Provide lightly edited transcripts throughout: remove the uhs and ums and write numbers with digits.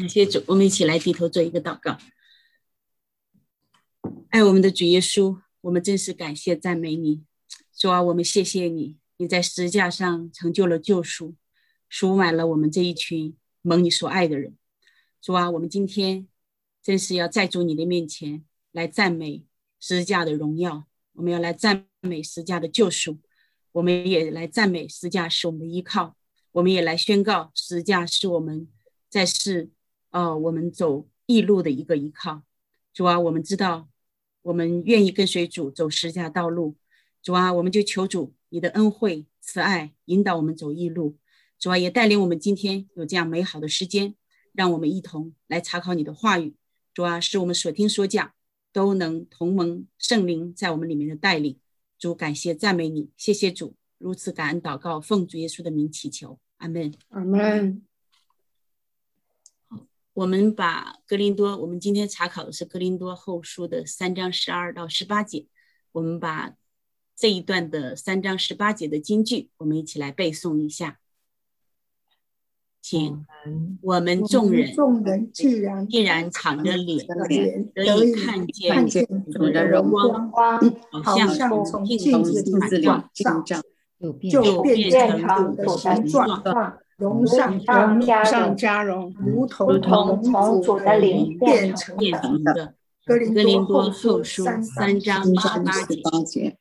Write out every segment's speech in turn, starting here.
感谢主，我们一起来低头做一个祷告。爱我们的主耶稣，我们真是感谢赞美你。主啊，我们谢谢你，你在十字架上成就了救赎，赎买了我们这一群蒙你所爱的人。主啊，我们今天真是要在主你的面前来赞美十字架的荣耀，我们要来赞美十字架的救赎，我们也来赞美十字架是我们的依靠，我们也来宣告十字架是我们在世我们走义路的一个依靠。主啊，我们知道我们愿意跟随主走十字架道路，主啊，我们就求主你的恩惠慈爱引导我们走义路。主啊，也带领我们今天有这样美好的时间，让我们一同来查考你的话语。主啊，使我们所听所讲都能同蒙圣灵在我们里面的带领。主，感谢赞美你，谢谢主，如此感恩祷告，奉主耶稣的名祈求，阿们。 阿们。 我们把我们今天查考的是哥林多后书的3章12到18节，我们把这一段的3章18节的金句我们一起来背诵一下。请我们众人既然敞着脸得以看见主的荣光，好像从镜子反照，就变成主的形状，荣上加荣，如同从主的灵变成的。哥林多后书3章18节。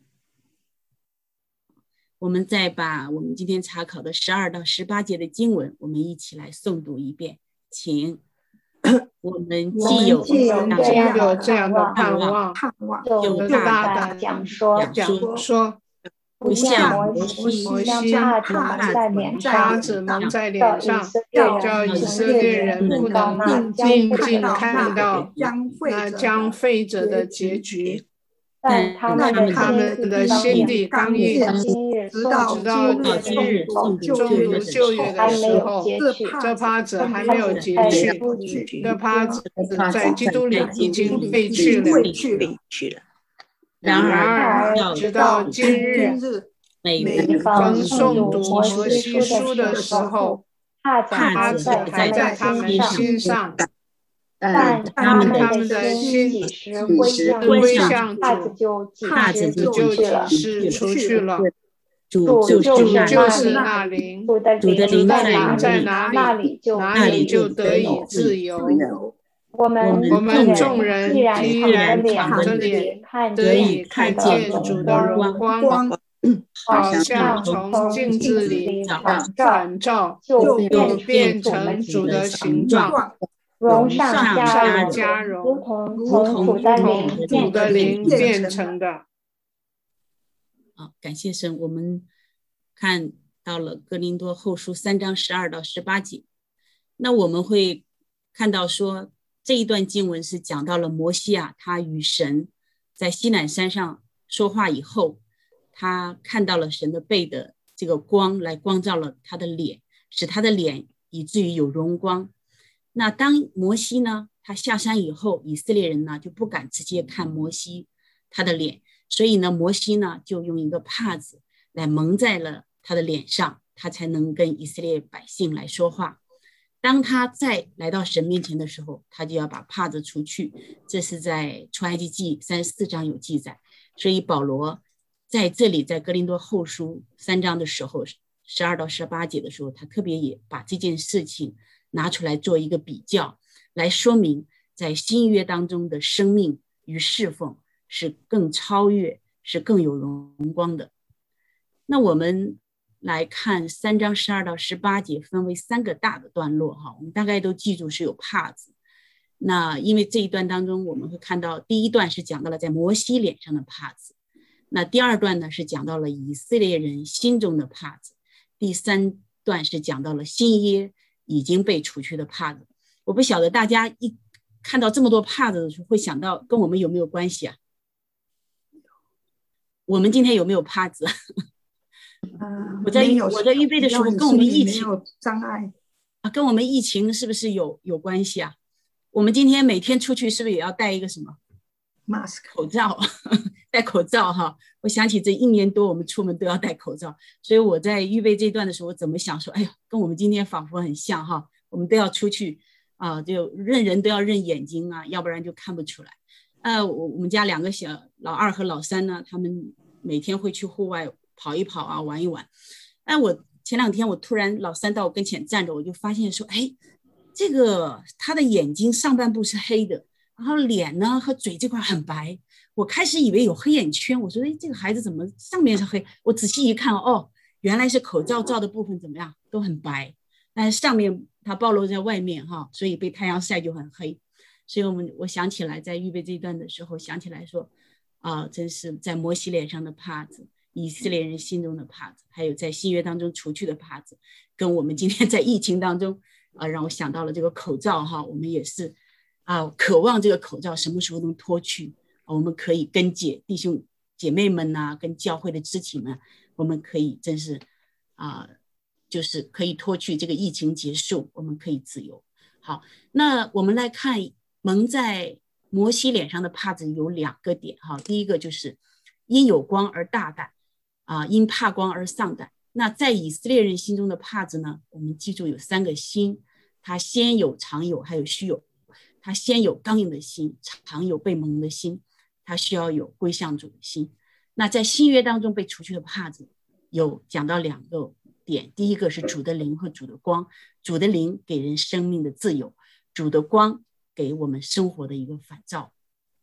我们再把我们今天查考的12到18节的经文我们一起来诵读一遍，请。我们既有这样的盼望，就大胆讲说，不像摩西帕子蒙在脸上，叫以色列人不能静静看到那将废者的结局。但他们的心里刚硬，直到今日诵读旧约的时候，这帕子还没有结去，这帕子在基督里已经废去了。然而直到今日，每逢诵读摩西书的时候，帕子还在他们心上，但他们的心几时归向主，帕子就几时出去了。主就是那灵，主的灵在哪里就得以自由。我们众人既然敞着脸得以看见主的荣光，好像从镜子里反照，就变成主的形状，荣上加荣，如同主的灵变成的。好，感谢神。我们看到了哥林多后书3章12到18节，那我们会看到说这一段经文是讲到了摩西他与神在西乃山上说话以后，他看到了神的背的这个光来光照了他的脸，使他的脸以至于有荣光。那当摩西呢他下山以后，以色列人呢就不敢直接看摩西他的脸，所以呢摩西呢就用一个帕子来蒙在了他的脸上，他才能跟以色列百姓来说话。当他再来到神面前的时候，他就要把帕子除去，这是在出埃及记34章有记载。所以保罗在这里在哥林多后书3章的时候12到18节的时候，他特别也把这件事情拿出来做一个比较，来说明在新约当中的生命与侍奉是更超越，是更有荣光的。那我们来看3章12到18节分为3个大的段落我们大概都记住是有帕子。那因为这一段当中我们会看到，第一段是讲到了在摩西脸上的帕子，那第二段呢是讲到了以色列人心中的帕子，第三段是讲到了新约已经被除去的帕子。我不晓得大家一看到这么多帕子的时候会想到跟我们有没有关系啊？我们今天有没有帕子？我在预备的时候跟我们疫情障碍跟我们疫情是不是有关系啊？我们今天每天出去是不是也要戴一个什么 mask 口罩？戴口罩我想起这1年多我们出门都要戴口罩，所以我在预备这段的时候我怎么想说，哎呦，跟我们今天仿佛很像我们都要出去就认人都要认眼睛啊，要不然就看不出来。我们家2个老2和老3呢，他们每天会去户外跑一跑啊，玩一玩。我前2天我突然老3到我跟前站着，我就发现说，哎，这个他的眼睛上半部是黑的，然后脸呢和嘴这块很白。我开始以为有黑眼圈，我说，哎，这个孩子怎么上面是黑？我仔细一看，哦，原来是口罩罩的部分怎么样都很白，但是上面它暴露在外面哈，所以被太阳晒就很黑。所以我想起来，在预备这一段的时候，想起来说，真是在摩西脸上的帕子，以色列人心中的帕子，还有在新约当中除去的帕子，跟我们今天在疫情当中，让我想到了这个口罩哈，我们也是渴望这个口罩什么时候能脱去，我们可以跟弟兄姐妹们呐，跟教会的肢体们，我们可以真是就是可以脱去这个疫情结束，我们可以自由。好，那我们来看蒙在摩西脸上的帕子有2个点哈，第一个就是因有光而大胆因怕光而丧胆。那在以色列人心中的帕子呢，我们记住有3个心，它先有、常有还有虚有。它先有刚硬的心，常有被蒙的心，它需要有归向主的心。那在新约当中被除去的帕子有讲到2个点，第一个是主的灵和主的光，主的灵给人生命的自由，主的光给我们生活的一个反照。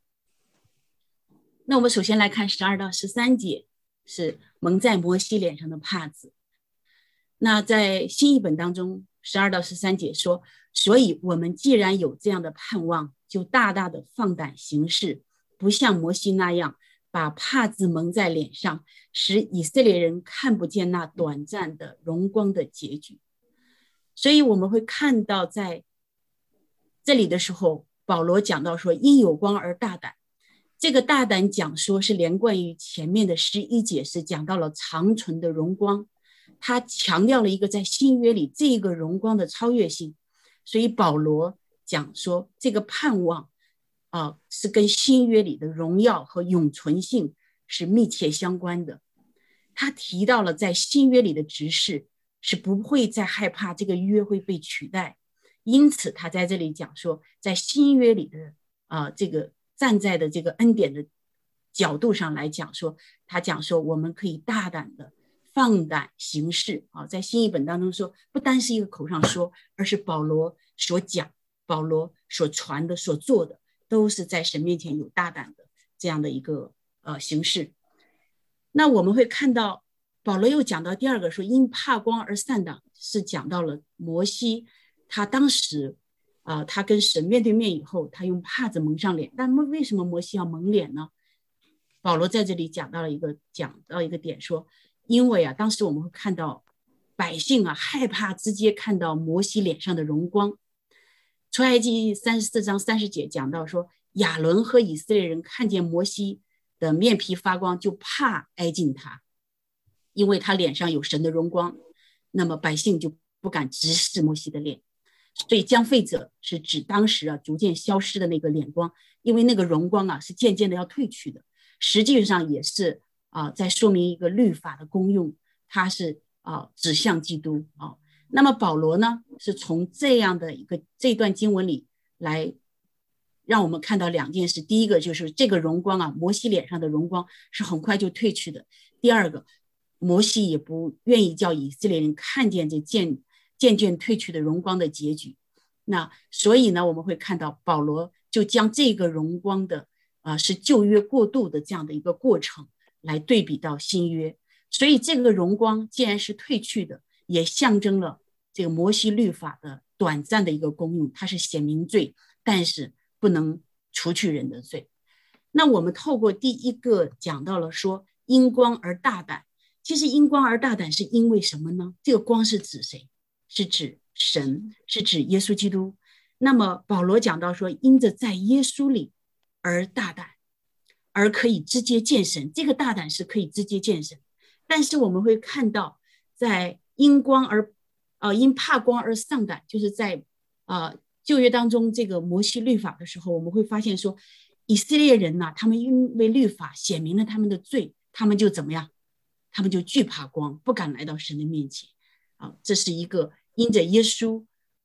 那我们首先来看12到13节，是蒙在摩西脸上的帕子。那在新译本当中12到13节说，所以我们既然有这样的盼望，就大大的放胆行事，不像摩西那样把帕子蒙在脸上，使以色列人看不见那短暂的荣光的结局。所以我们会看到在这里的时候，保罗讲到说因有光而大胆，这个大胆讲说是连贯于前面的11节，是讲到了长存的荣光，他强调了一个在新约里这个荣光的超越性。所以保罗讲说这个盼望是跟新约里的荣耀和永存性是密切相关的。他提到了在新约里的执事是不会再害怕这个约会被取代，因此他在这里讲说，在新约里的这个站在的这个恩典的角度上来讲说，他讲说我们可以大胆的放胆行事在新译本当中说，不单是一个口上说，而是保罗所讲，保罗所传的所做的，都是在神面前有大胆的这样的一个形式。那我们会看到保罗又讲到第2个说因怕光而丧胆，是讲到了摩西他当时他跟神面对面以后，他用帕子蒙上脸。但为什么摩西要蒙脸呢？保罗在这里讲到一个点说，因为当时我们会看到百姓害怕直接看到摩西脸上的荣光。出埃及34章30节讲到说，亚伦和以色列人看见摩西的面皮发光，就怕挨近他，因为他脸上有神的荣光。那么百姓就不敢直视摩西的脸。所以将废者是指当时逐渐消失的那个脸光，因为那个荣光是渐渐的要退去的。实际上也是在说明一个律法的功用，它是指向基督那么保罗呢，是从这样的这段经文里来让我们看到2件事。第一个就是这个荣光摩西脸上的荣光是很快就退去的。第2个，摩西也不愿意叫以色列人看见这渐渐退去的荣光的结局。那所以呢，我们会看到保罗就将这个荣光的是旧约过渡的这样的一个过程来对比到新约。所以这个荣光既然是退去的，也象征了这个摩西律法的短暂的一个功用，它是显明罪，但是不能除去人的罪。那我们透过第1个讲到了说因光而大胆，其实因光而大胆是因为什么呢？这个光是指谁？是指神，是指耶稣基督。那么保罗讲到说，因着在耶稣里而大胆，而可以直接见神，这个大胆是可以直接见神。但是我们会看到在因怕光而丧胆，就是在旧约当中这个摩西律法的时候，我们会发现说以色列人他们因为律法显明了他们的罪，他们就怎么样？他们就惧怕光，不敢来到神的面前这是一个因着耶稣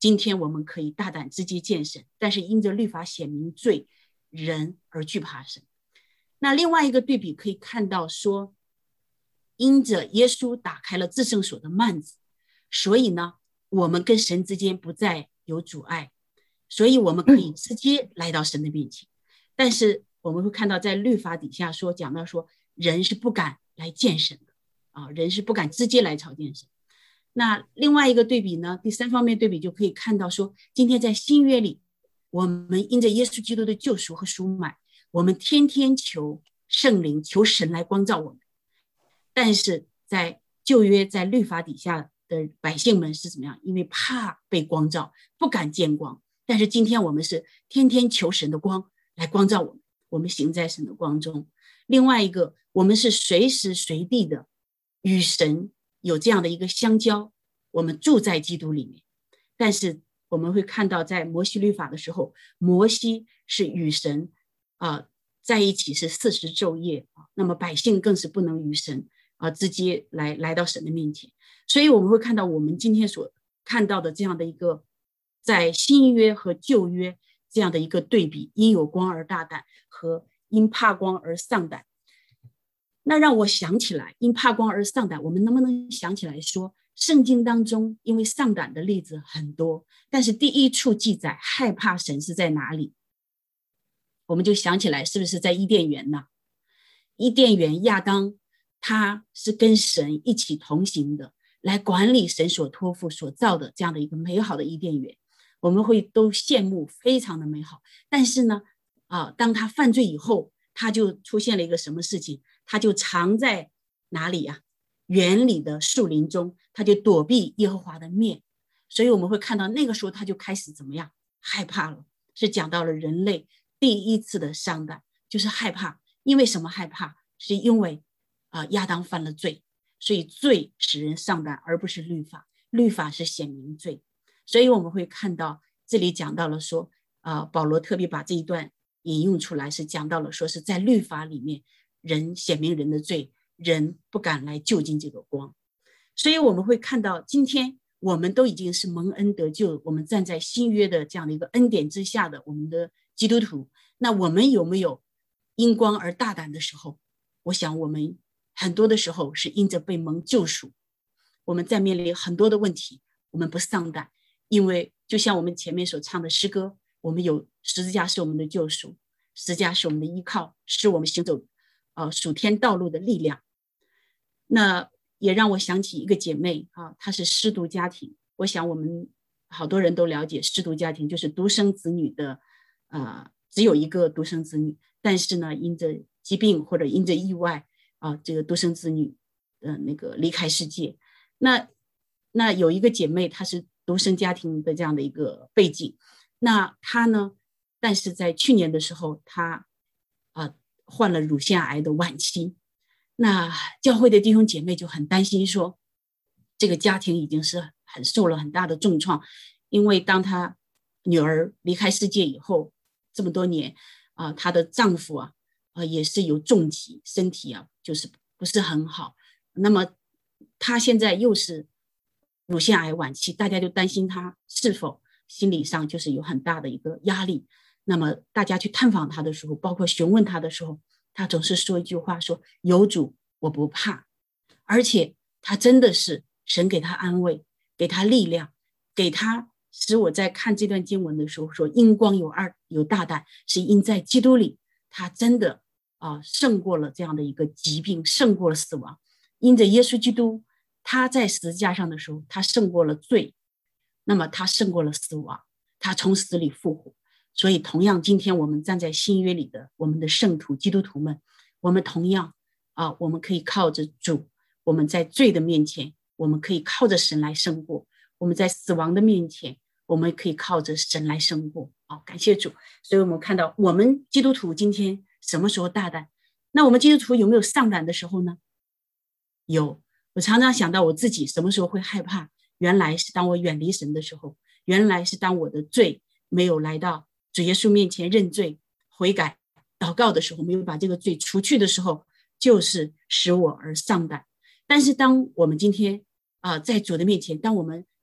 今天我们可以大胆直接见神，但是因着律法显明罪人而惧怕神。那另外一个对比可以看到说，因着耶稣打开了至圣所的幔子，所以呢我们跟神之间不再有阻碍，所以我们可以直接来到神的面前。但是我们会看到在律法底下说讲到说人是不敢来见神的人是不敢直接来朝见神。那另外一个对比呢，第三方面对比就可以看到说，今天在新约里，我们因着耶稣基督的救赎和赎买，我们天天求圣灵，求神来光照我们。但是在旧约，在律法底下的百姓们是怎么样？因为怕被光照，不敢见光。但是今天我们是天天求神的光来光照我们，我们行在神的光中。另外一个，我们是随时随地的与神有这样的一个相交，我们住在基督里面。但是我们会看到在摩西律法的时候，摩西是与神在一起是40昼夜那么百姓更是不能与神直接来到神的面前。所以我们会看到我们今天所看到的这样的一个在新约和旧约这样的一个对比，因有光而大胆和因怕光而丧胆。那让我想起来因怕光而丧胆，我们能不能想起来说圣经当中因为丧胆的例子很多，但是第一处记载害怕神是在哪里？我们就想起来是不是在伊甸园呢？伊甸园亚当他是跟神一起同行的，来管理神所托付所造的这样的一个美好的伊甸园，我们会都羡慕，非常的美好。但是呢当他犯罪以后，他就出现了一个什么事情？他就藏在哪里呀？园里的树林中，他就躲避耶和华的面。所以我们会看到那个时候他就开始怎么样？害怕了。是讲到了人类第一次的丧胆，就是害怕。因为什么害怕？是因为亚当犯了罪，所以罪使人丧胆，而不是律法。律法是显明罪。所以我们会看到这里讲到了说保罗特别把这一段引用出来，是讲到了说是在律法里面人显明人的罪，人不敢来就近这个光。所以我们会看到今天我们都已经是蒙恩得救，我们站在新约的这样的一个恩典之下的我们的基督徒，那我们有没有因光而大胆的时候？我想我们很多的时候是因着被蒙救赎，我们在面临很多的问题，我们不丧胆，因为就像我们前面所唱的诗歌，我们有十字架是我们的救赎，十字架是我们的依靠，是我们行走属天道路的力量。那也让我想起一个姐妹她是失独家庭。我想我们好多人都了解失独家庭，就是独生子女的只有一个独生子女，但是呢因着疾病或者因着意外这个独生子女那个离开世界。那有一个姐妹她是独生家庭的这样的一个背景，那她呢但是在去年的时候她患了乳腺癌的晚期。那教会的弟兄姐妹就很担心说这个家庭已经是很受了很大的重创，因为当她女儿离开世界以后这么多年她的丈夫也是有重疾，身体就是不是很好。那么她现在又是乳腺癌晚期，大家就担心她是否心理上就是有很大的一个压力。那么大家去探访她的时候，包括询问她的时候，她总是说一句话，说有主我不怕。而且她真的是神给她安慰，给她力量，给她使我在看这段经文的时候说因光有大胆，是因在基督里她真的胜过了这样的一个疾病，胜过了死亡。因着耶稣基督他在十字架上的时候，他胜过了罪，那么他胜过了死亡，他从死里复活。所以同样今天我们站在新约里的我们的圣徒基督徒们，我们同样我们可以靠着主，我们在罪的面前我们可以靠着神来胜过，我们在死亡的面前我们可以靠着神来胜过感谢主。所以我们看到我们基督徒今天什么时候大胆？那我们基督徒有没有丧胆的时候呢？有。我常常想到我自己什么时候会害怕，原来是当我远离神的时候，原来是当我的罪没有来到主耶稣面前认罪悔改祷告的时候，没有把这个罪除去的时候，就是使我而丧胆。但是当我们今天在主的面前，当我们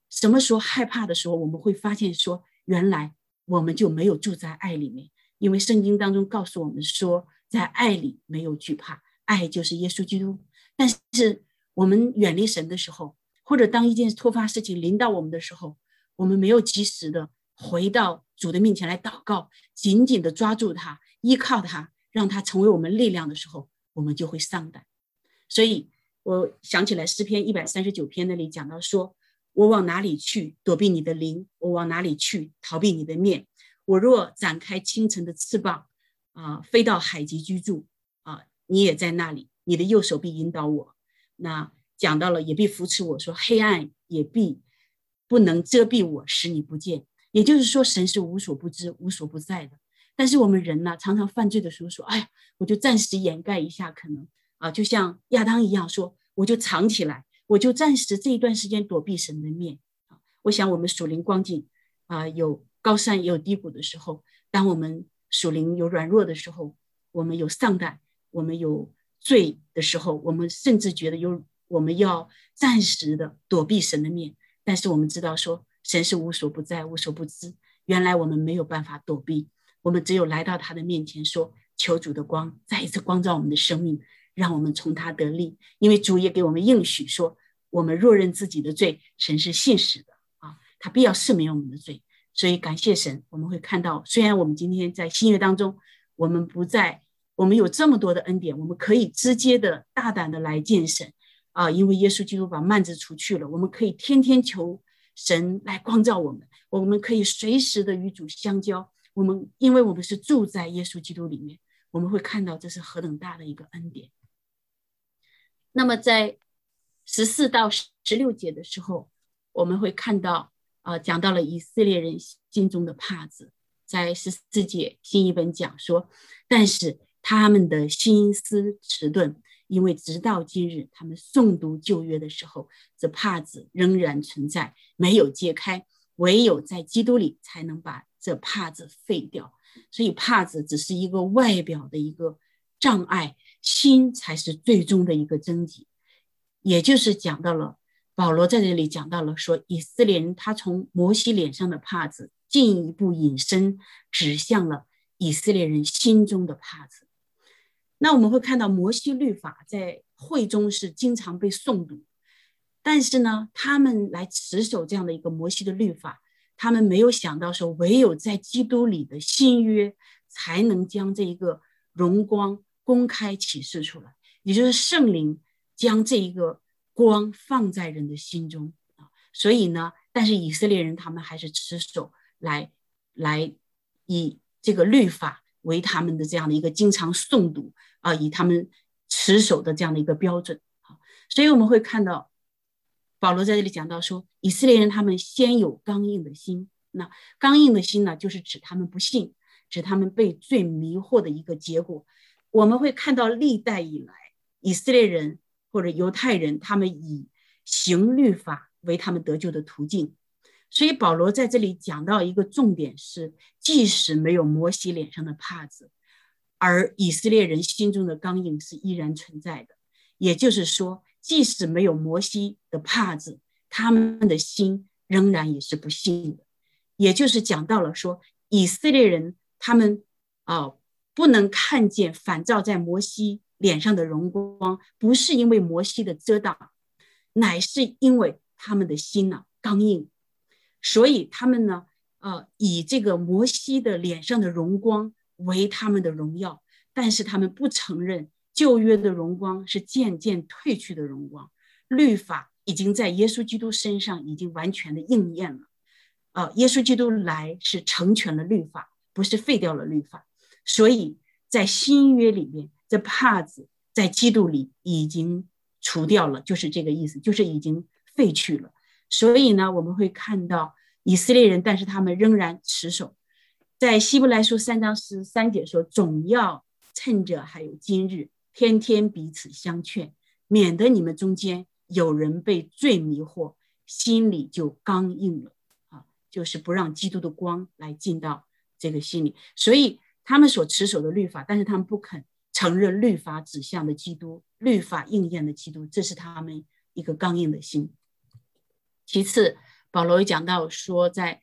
什么时候害怕的时候，我们会发现说，原来我们就没有住在爱里面。因为圣经当中告诉我们说，在爱里没有惧怕，爱就是耶稣基督。但是我们远离神的时候，或者当一件突发事情临到我们的时候，我们没有及时的回到主的面前来祷告，紧紧的抓住他，依靠他，让他成为我们力量的时候，我们就会丧胆。所以我想起来诗篇139篇那里讲到说，我往哪里去躲避你的灵，我往哪里去逃避你的面，我若展开清晨的翅膀飞到海极居住你也在那里，你的右手必引导我。那讲到了也必扶持我，说黑暗也必不能遮蔽我，使你不见。也就是说，神是无所不知无所不在的。但是我们人呢，常常犯罪的时候说，哎呀，我就暂时掩盖一下，可能就像亚当一样说，我就藏起来，我就暂时这一段时间躲避神的面。我想我们属灵光景有高山也有低谷的时候，当我们属灵有软弱的时候，我们有丧胆，我们有罪的时候，我们甚至觉得我们要暂时的躲避神的面。但是我们知道说，神是无所不在无所不知，原来我们没有办法躲避，我们只有来到他的面前说，求主的光再一次光照我们的生命，让我们从他得力。因为主也给我们应许说，我们若认自己的罪，神是信实的他必要赦免我们的罪。所以感谢神，我们会看到，虽然我们今天在新约当中，我们有这么多的恩典，我们可以直接的大胆的来见神因为耶稣基督把幔子除去了，我们可以天天求神来光照我们，我们可以随时的与主相交。因为我们是住在耶稣基督里面，我们会看到这是何等大的一个恩典。那么在14到16节的时候，我们会看到讲到了以色列人心中的帕子。在14节新译本讲说，但是他们的心思迟钝，因为直到今日他们诵读旧约的时候，这帕子仍然存在，没有揭开，唯有在基督里才能把这帕子废掉。所以帕子只是一个外表的一个障碍，心才是最终的一个症结。也就是讲到了保罗在这里讲到了说，以色列人他从摩西脸上的帕子进一步引申，指向了以色列人心中的帕子。那我们会看到摩西律法在会中是经常被诵读，但是呢，他们来持守这样的一个摩西的律法，他们没有想到说，唯有在基督里的新约才能将这一个荣光公开启示出来，也就是圣灵将这一个光放在人的心中所以呢，但是以色列人他们还是持守来以这个律法为他们的这样的一个经常诵读以他们持守的这样的一个标准所以我们会看到保罗在这里讲到说，以色列人他们先有刚硬的心。那刚硬的心呢，就是指他们不信，指他们被罪迷惑的一个结果。我们会看到历代以来，以色列人或者犹太人，他们以行律法为他们得救的途径。所以保罗在这里讲到一个重点是，即使没有摩西脸上的帕子，而以色列人心中的刚硬是依然存在的。也就是说，即使没有摩西的帕子，他们的心仍然也是不信的。也就是讲到了说，以色列人他们不能看见反照在摩西脸上的荣光，不是因为摩西的遮挡，乃是因为他们的心刚硬。所以他们呢以这个摩西的脸上的荣光为他们的荣耀，但是他们不承认旧约的荣光是渐渐褪去的荣光，律法已经在耶稣基督身上已经完全的应验了耶稣基督来是成全了律法，不是废掉了律法。所以在新约里面，这帕子在基督里已经除掉了，就是这个意思，就是已经废去了。所以呢，我们会看到以色列人，但是他们仍然持守。在希伯来书3章13节说，总要趁着还有今日，天天彼此相劝，免得你们中间有人被罪迷惑，心里就刚硬了就是不让基督的光来进到这个心里。所以他们所持守的律法，但是他们不肯承认律法指向的基督，律法应验的基督，这是他们一个刚硬的心。其次， 保罗讲到说在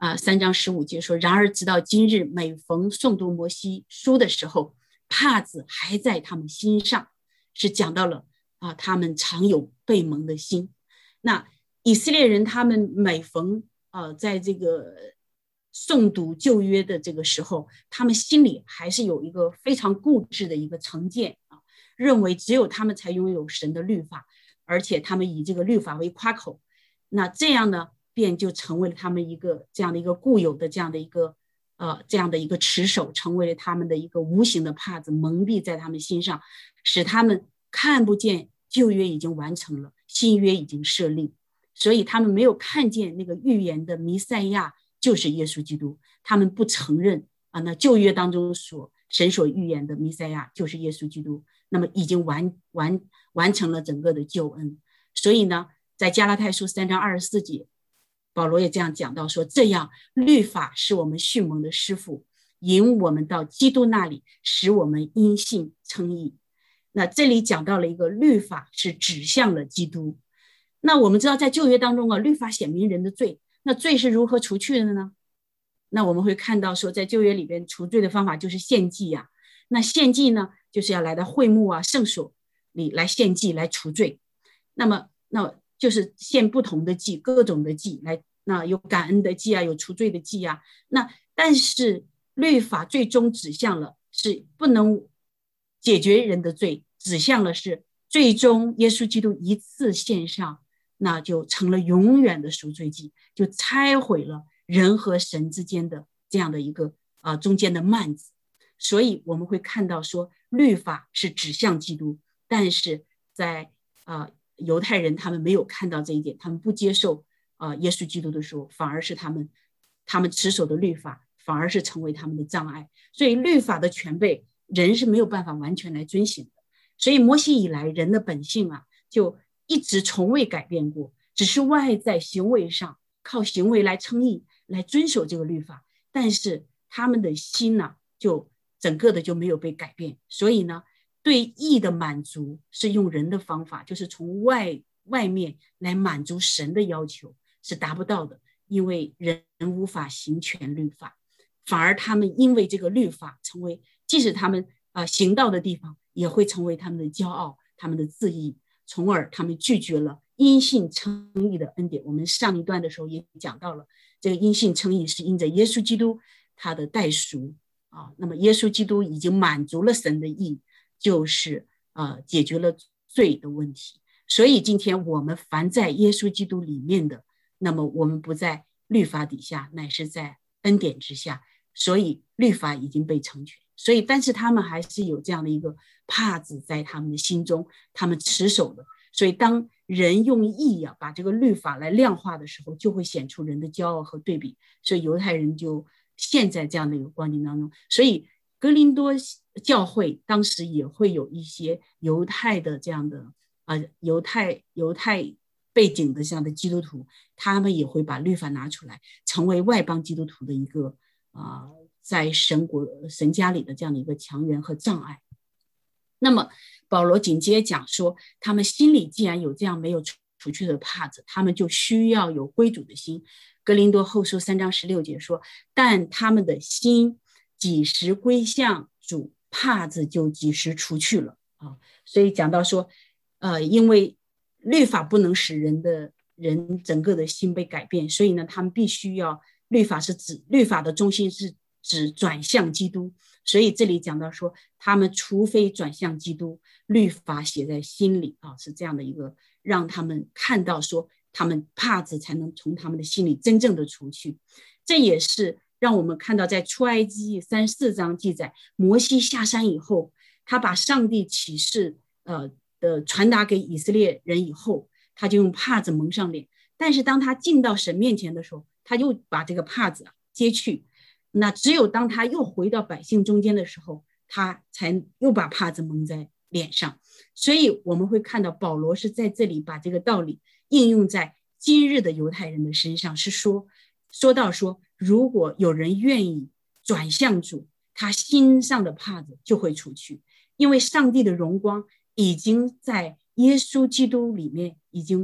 3章15节说，然而直到今日，每逢诵读摩西书的时候，帕子还在他们心上，是讲到了他们常有被蒙的心。那以色列人他们每逢在这个诵读旧约的这个时候，他们心里还是有一个非常固执的一个成见认为只有他们才拥有神的律法，而且他们以这个律法为夸口。那这样呢，便就成为了他们一个这样的一个固有的这样的一个持守，成为了他们的一个无形的帕子，蒙蔽在他们心上，使他们看不见旧约已经完成了，新约已经设立，所以他们没有看见那个预言的弥赛亚就是耶稣基督，他们不承认那旧约当中神所预言的弥赛亚就是耶稣基督，那么已经完成了整个的救恩。所以呢，在加拉太书3章24节，保罗也这样讲到说，这样律法是我们训蒙的师傅，引我们到基督那里，使我们因信称义。那这里讲到了一个律法是指向了基督。那我们知道在旧约当中律法显明人的罪，那罪是如何除去的呢？那我们会看到说，在旧约里边除罪的方法就是献祭那献祭呢，就是要来到会幕圣所里来献祭来除罪。那就是献不同的祭，各种的祭来，那有感恩的祭有除罪的祭那但是律法最终指向了是不能解决人的罪，指向了是最终耶稣基督一次献上，那就成了永远的赎罪祭，就拆毁了人和神之间的这样的一个中间的幔子。所以我们会看到说，律法是指向基督，但是在犹太人他们没有看到这一点，他们不接受耶稣基督的时候，反而是他们持守的律法反而是成为他们的障碍。所以律法的全备，人是没有办法完全来遵行的。所以摩西以来，人的本性就一直从未改变过，只是外在行为上靠行为来称义，来遵守这个律法，但是他们的心就整个的就没有被改变。所以呢，对义的满足是用人的方法，就是从外面来满足神的要求，是达不到的，因为人无法行全律法，反而他们因为这个律法成为，即使他们行到的地方，也会成为他们的骄傲，他们的自义，从而他们拒绝了因信称义的恩典。我们上一段的时候也讲到了，这个因信称义是因着耶稣基督他的代赎那么耶稣基督已经满足了神的义，就是解决了罪的问题。所以今天我们凡在耶稣基督里面的，那么我们不在律法底下，乃是在恩典之下，所以律法已经被成全。所以但是他们还是有这样的一个帕子在他们的心中，他们持守的。所以当人用义把这个律法来量化的时候，就会显出人的骄傲和对比。所以犹太人就陷在这样的一个光景当中。所以哥林多教会当时也会有一些犹太的这样的犹太背景的这样的基督徒，他们也会把律法拿出来，成为外邦基督徒的一个在神家里的这样的一个强援和障碍。那么保罗紧接着讲说，他们心里既然有这样没有除去的帕子，他们就需要有归主的心。哥林多后书3章16节说，但他们的心几时归向主，帕子就几时除去了所以讲到说因为律法不能使人整个的心被改变，所以呢，他们必须要律法的中心是指转向基督。所以这里讲到说，他们除非转向基督，律法写在心里是这样的一个让他们看到说，他们帕子才能从他们的心里真正的除去。这也是让我们看到在出埃及34章记载，摩西下山以后，他把上帝启示的传达给以色列人以后，他就用帕子蒙上脸。但是当他进到神面前的时候，他又把这个帕子揭去。那只有当他又回到百姓中间的时候，他才又把帕子蒙在脸上。所以我们会看到保罗是在这里把这个道理应用在今日的犹太人的身上，是说到说，如果有人愿意转向主，他心上的帕子就会除去，因为上帝的荣光已经在耶稣基督里面已经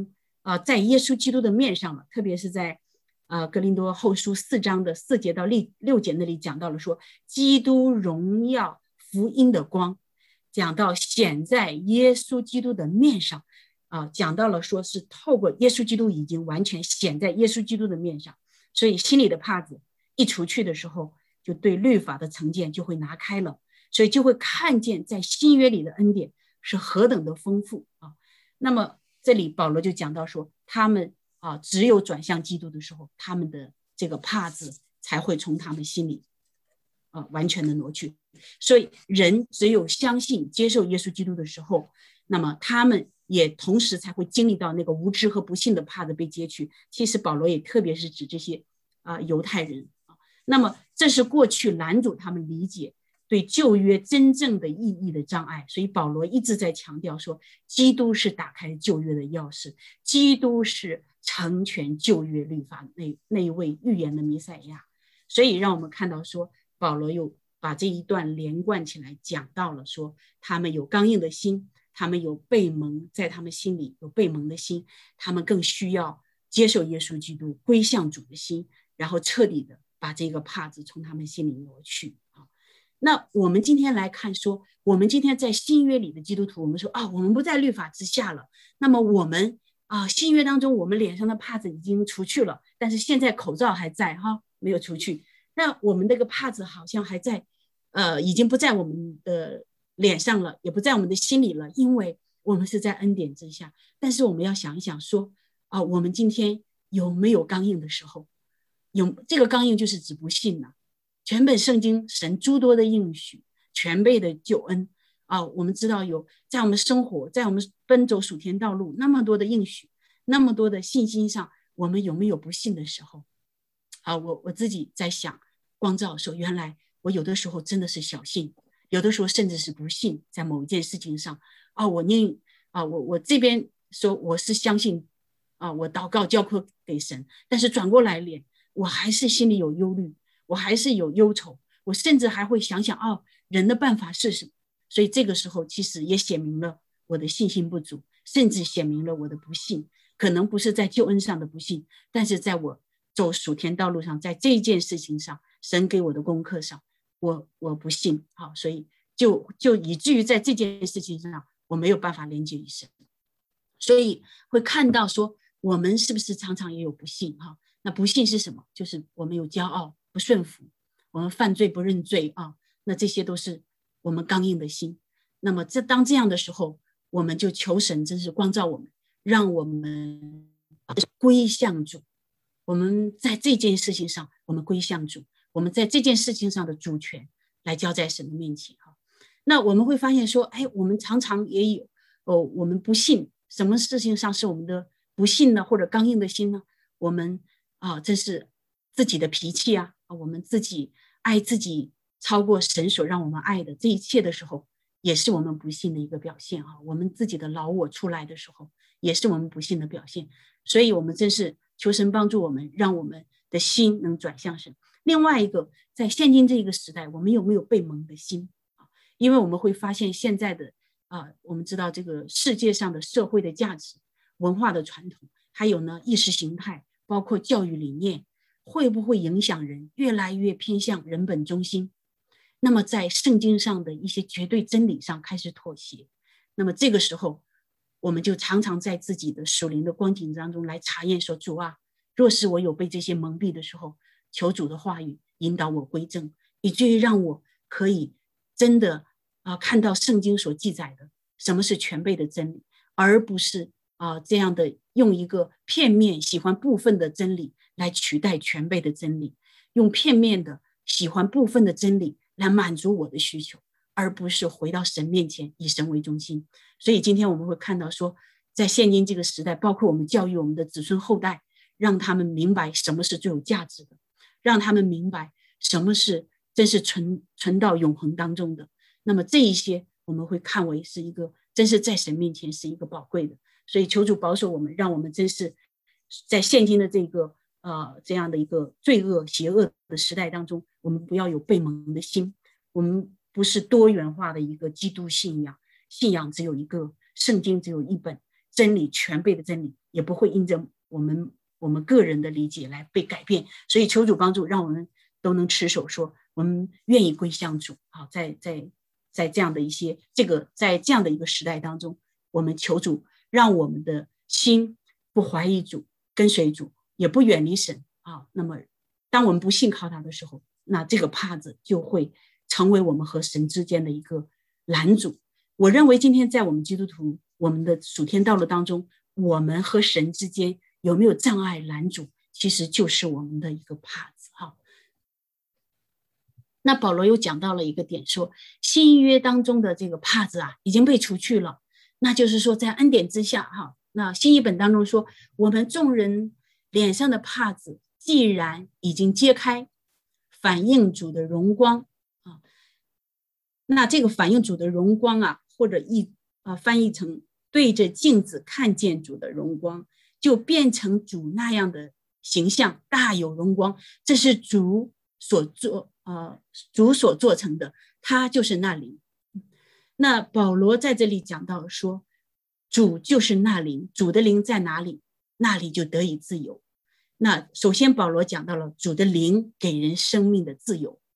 在耶稣基督的面上了，特别是在哥林多后书4章的4节到6节那里讲到了说，基督荣耀福音的光，讲到显在耶稣基督的面上，讲到了说是透过耶稣基督已经完全显在耶稣基督的面上，所以心里的帕子一除去的时候，就对律法的成见就会拿开了，所以就会看见在新约里的恩典是何等的丰富啊。那么这里保罗就讲到说，他们只有转向基督的时候，他们的这个帕子才会从他们心里完全的挪去。所以人只有相信接受耶稣基督的时候，那么他们也同时才会经历到那个无知和不信的帕子被揭去。其实保罗也特别是指这些犹太人那么这是过去拦阻他们理解对旧约真正的意义的障碍，所以保罗一直在强调说，基督是打开旧约的钥匙，基督是成全旧约律法那一位预言的弥赛亚。所以让我们看到说，保罗又把这一段连贯起来讲到了说，他们有刚硬的心，他们有被蒙，在他们心里有被蒙的心，他们更需要接受耶稣基督，归向主的心，然后彻底的把这个帕子从他们心里挪去。那我们今天来看说，我们今天在新约里的基督徒，我们说我们不在律法之下了，那么我们新约当中我们脸上的帕子已经除去了，但是现在口罩还在没有除去，那我们这个帕子好像还在已经不在我们的脸上了，也不在我们的心里了，因为我们是在恩典之下。但是我们要想一想说我们今天有没有刚硬的时候？这个刚硬就是指不信了。全本圣经神诸多的应许，全备的救恩我们知道有在我们生活，在我们奔走属天道路那么多的应许，那么多的信心上，我们有没有不信的时候我自己在想，光照说原来我有的时候真的是小信，有的时候甚至是不信，在某一件事情上我这边说我是相信我祷告交托给神，但是转过来脸我还是心里有忧虑，我还是有忧愁，我甚至还会想想人的办法是什么。所以这个时候其实也显明了我的信心不足，甚至显明了我的不信，可能不是在救恩上的不信，但是在我走属天道路上，在这件事情上，神给我的功课上，我不信所以就以至于在这件事情上我没有办法连接于神。所以会看到说我们是不是常常也有不信那不信是什么？就是我们有骄傲不顺服，我们犯罪不认罪那这些都是我们刚硬的心。那么当这样的时候，我们就求神真是光照我们，让我们归向主。我们在这件事情上我们归向主，我们在这件事情上的主权来交在神的面前那我们会发现说我们常常也有我们不信，什么事情上是我们的不信呢？或者刚硬的心呢？我们这是自己的脾气我们自己爱自己超过神所让我们爱的这一切的时候，也是我们不信的一个表现我们自己的老我出来的时候，也是我们不信的表现。所以我们真是求神帮助我们，让我们的心能转向神。另外一个，在现今这个时代，我们有没有被蒙的心因为我们会发现现在的我们知道这个世界上的社会的价值、文化的传统，还有呢意识形态，包括教育理念，会不会影响人越来越偏向人本中心？那么在圣经上的一些绝对真理上开始妥协。那么这个时候我们就常常在自己的属灵的光景当中来查验说，主若是我有被这些蒙蔽的时候，求主的话语引导我归正，以至于让我可以真的看到圣经所记载的什么是全备的真理，而不是这样的用一个片面喜欢部分的真理来取代全备的真理，用片面的喜欢部分的真理来满足我的需求，而不是回到神面前以神为中心。所以今天我们会看到说，在现今这个时代，包括我们教育我们的子孙后代，让他们明白什么是最有价值的，让他们明白什么是真是存到永恒当中的。那么这一些我们会看为是一个真是在神面前是一个宝贵的。所以求主保守我们，让我们真是在现今的这个这样的一个罪恶邪恶的时代当中，我们不要有被蒙的心。我们不是多元化的一个基督信仰，信仰只有一个，圣经只有一本，真理全备的真理也不会因着我们个人的理解来被改变。所以求主帮助，让我们都能持守说，我们愿意归向主。好，在这样的在这样的一个时代当中，我们求主让我们的心不怀疑主，跟随主，也不远离神啊。那么当我们不信靠他的时候，那这个帕子就会成为我们和神之间的一个拦阻。我认为今天在我们基督徒我们的属天道路当中，我们和神之间有没有障碍拦阻，其实就是我们的一个帕子。那保罗又讲到了一个点，说新约当中的这个帕子已经被除去了，那就是说在恩典之下那新译本当中说，我们众人脸上的帕子既然已经揭开，反映主的荣光那这个反映主的荣光或者翻译成对着镜子看见主的荣光，就变成主那样的形象，大有荣光。这是主所做成的，他就是那灵。那保罗在这里讲到说，主就是那灵，主的灵在哪里，那里就得以自由。那首先保罗讲到了主的灵给人生命的自由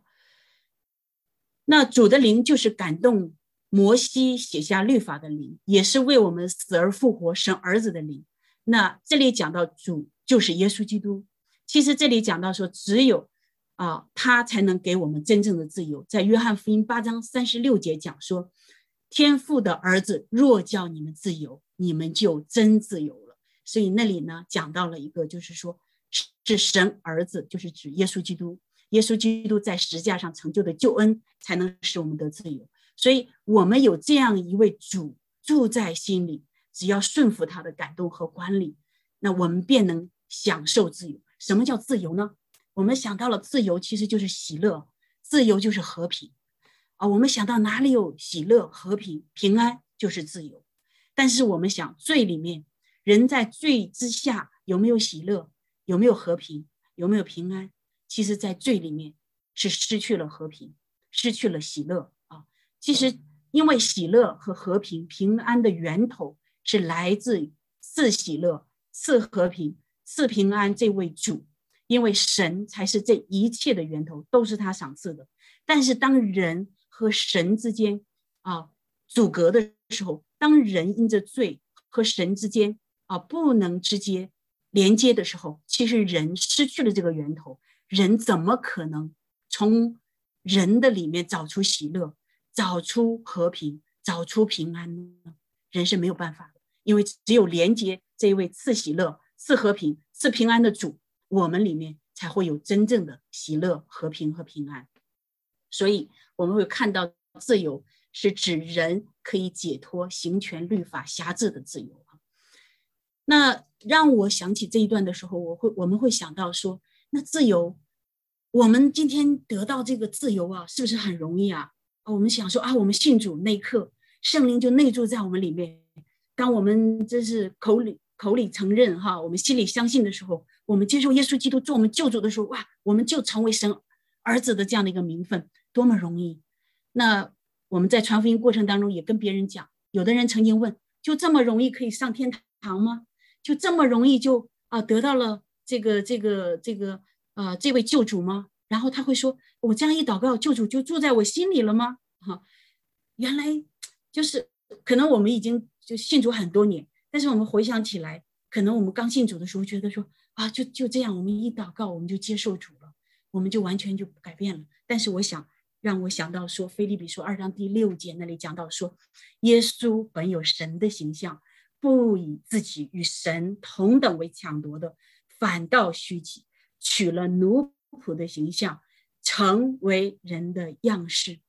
那主的灵就是感动摩西写下律法的灵，也是为我们死而复活神儿子的灵。那这里讲到主就是耶稣基督，其实这里讲到说只有他才能给我们真正的自由。在约翰福音8章36节讲说，天父的儿子若叫你们自由，你们就真自由了。所以那里呢讲到了一个，就是说是神儿子，就是指耶稣基督，耶稣基督在十字架上成就的救恩才能使我们得自由。所以我们有这样一位主住在心里，只要顺服他的感动和管理，那我们便能享受自由。什么叫自由呢？我们想到了自由其实就是喜乐，自由就是和平我们想到哪里有喜乐、和平、平安就是自由。但是我们想罪里面，人在罪之下有没有喜乐，有没有和平，有没有平安？其实在罪里面是失去了和平，失去了喜乐其实因为喜乐和和平、平安的源头是来自赐喜乐、赐和平、赐平安这位主，因为神才是这一切的源头，都是他赏赐的。但是当人和神之间阻隔的时候，当人因着罪和神之间不能直接连接的时候，其实人失去了这个源头，人怎么可能从人的里面找出喜乐，找出和平，找出平安呢？人是没有办法的，因为只有连接这一位赐喜乐、赐和平、赐平安的主，我们里面才会有真正的喜乐、和平和平安。所以我们会看到自由是指人可以解脱行权律法辖制的自由那让我想起这一段的时候，我们会想到说，那自由，我们今天得到这个自由是不是很容易我们想说我们信主那一刻，圣灵就内住在我们里面。当我们真是口里承认我们心里相信的时候，我们接受耶稣基督做我们救主的时候，我们就成为神儿子的这样的一个名分，多么容易。那我们在传福音过程当中也跟别人讲，有的人曾经问，就这么容易可以上天堂吗？就这么容易就得到了这位救主吗？然后他会说，我这样一祷告，救主就住在我心里了吗？原来就是可能我们已经就信主很多年，但是我们回想起来，可能我们刚信主的时候觉得说就这样，我们一祷告我们就接受主了，我们就完全就改变了。但是让我想到说，腓立比书2章第6节那里讲到说，耶稣本有神的形象，不以自己与神同等为抢夺的，反倒虚己，取了奴仆的形象，成为人的样式。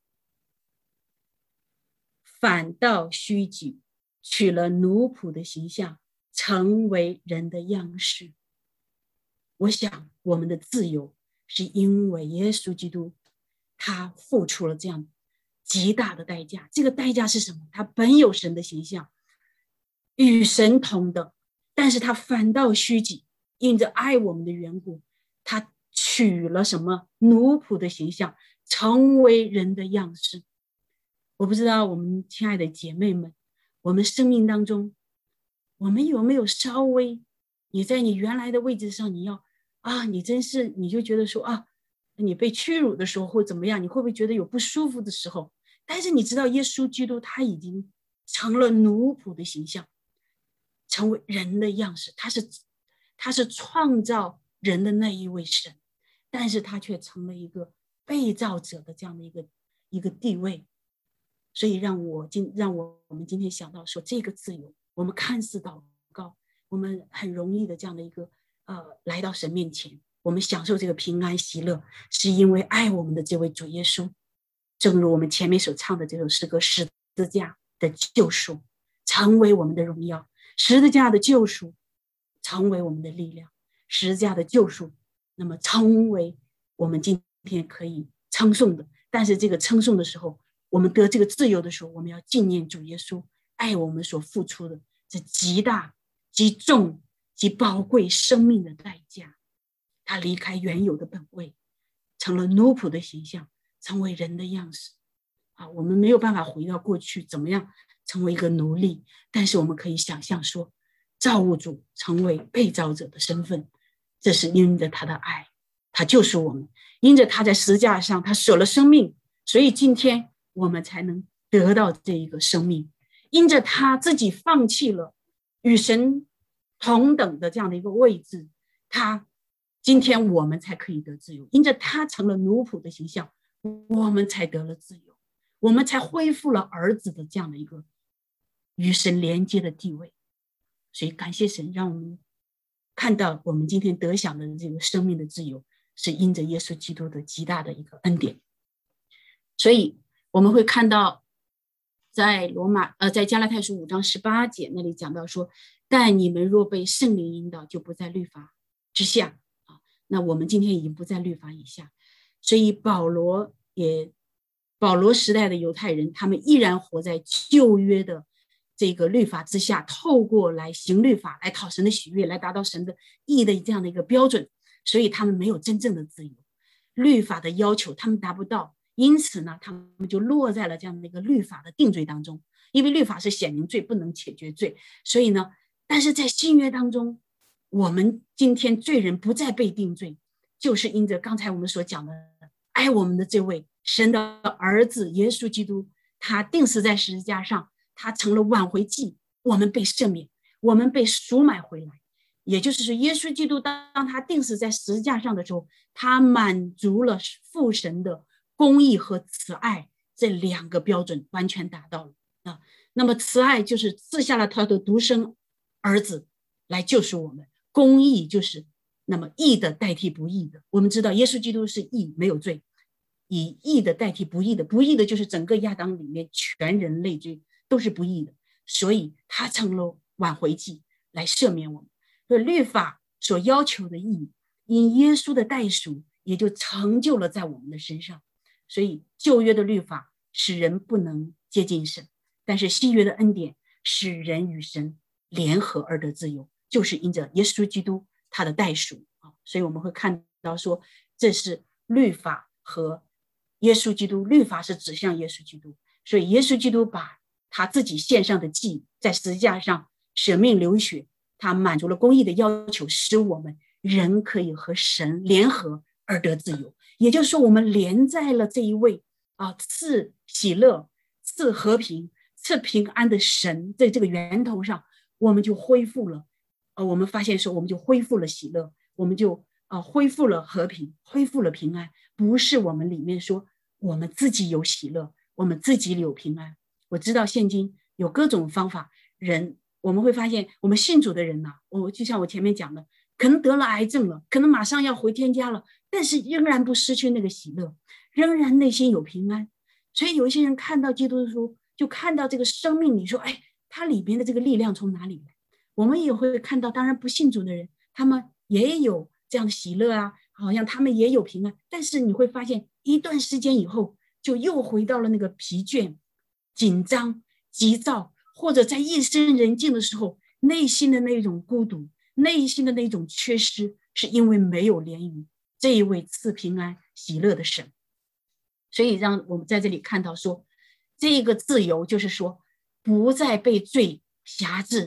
反倒虚己，取了奴仆的形象，成为人的样式。我想我们的自由是因为耶稣基督他付出了这样极大的代价。这个代价是什么？他本有神的形象，与神同等，但是他反倒虚己，因着爱我们的缘故，他取了什么？奴仆的形象，成为人的样式。我不知道我们亲爱的姐妹们，我们生命当中我们有没有稍微，你在你原来的位置上，你真是，你就觉得说你被屈辱的时候或怎么样，你会不会觉得有不舒服的时候？但是你知道耶稣基督他已经成了奴仆的形象，成为人的样式，他是创造人的那一位神，但是他却成了一个被造者的这样的一个地位。所以让我们今天想到说，这个自由，我们看似祷告，我们很容易的这样的一个来到神面前，我们享受这个平安喜乐，是因为爱我们的这位主耶稣。正如我们前面所唱的这首诗歌，十字架的救赎成为我们的荣耀，十字架的救赎成为我们的力量，十字架的救赎那么成为我们今天可以称颂的。但是这个称颂的时候，我们得这个自由的时候，我们要纪念主耶稣爱我们所付出的这极大极重极宝贵生命的代价。他离开原有的本位，成了奴仆的形象，成为人的样式我们没有办法回到过去怎么样成为一个奴隶，但是我们可以想象说，造物主成为被造者的身份，这是因着他的爱，他救赎我们，因着他在十字架上他舍了生命，所以今天我们才能得到这一个生命。因着他自己放弃了与神同等的这样的一个位置，今天我们才可以得自由。因着他成了奴仆的形象，我们才得了自由，我们才恢复了儿子的这样的一个与神连接的地位。所以感谢神，让我们看到我们今天得享的这个生命的自由，是因着耶稣基督的极大的一个恩典。所以我们会看到在加拉太书5章18节那里讲到说，但你们若被圣灵引导，就不在律法之下那我们今天已经不在律法以下。所以保罗时代的犹太人，他们依然活在旧约的这个律法之下，透过来行律法来讨神的喜悦，来达到神的义的这样的一个标准，所以他们没有真正的自由，律法的要求他们达不到，因此呢他们就落在了这样的一个律法的定罪当中。因为律法是显明罪，不能解决罪，所以呢但是在新约当中，我们今天罪人不再被定罪，就是因着刚才我们所讲的爱我们的这位神的儿子耶稣基督，他钉死在十字架上，他成了挽回祭，我们被赦免，我们被赎买回来。也就是说，耶稣基督当他钉死在十字架上的时候，他满足了父神的公义和慈爱这两个标准，完全达到了那么慈爱就是赐下了他的独生儿子来救赎我们，公义就是那么义的代替不义的。我们知道耶稣基督是义，没有罪，以义的代替不义的，不义的就是整个亚当里面全人类罪都是不义的，所以他成了挽回祭来赦免我们。所以律法所要求的义，因耶稣的代赎也就成就了在我们的身上。所以旧约的律法使人不能接近神，但是新约的恩典使人与神联合而得自由，就是因着耶稣基督他的代赎所以我们会看到说，这是律法和耶稣基督，律法是指向耶稣基督，所以耶稣基督把他自己献上的祭在十字架上舍命流血，他满足了公义的要求，使我们人可以和神联合而得自由。也就是说，我们连在了这一位赐喜乐、赐和平、赐平安的神在这个源头上，我们就恢复了我们发现说，我们就恢复了喜乐，我们就恢复了和平，恢复了平安。不是我们里面说我们自己有喜乐，我们自己有平安。我知道现今有各种方法，我们会发现我们信主的人就像我前面讲的，可能得了癌症了，可能马上要回天家了，但是仍然不失去那个喜乐，仍然内心有平安。所以有一些人看到基督徒，就看到这个生命，你说他里边的这个力量从哪里来？我们也会看到，当然不信主的人，他们也有这样的喜乐好像他们也有平安，但是你会发现一段时间以后，就又回到了那个疲倦、紧张、急躁，或者在夜深人静的时候，内心的那种孤独，内心的那种缺失，是因为没有连于这一位赐平安喜乐的神。所以让我们在这里看到说，这个自由就是说不再被罪辖制，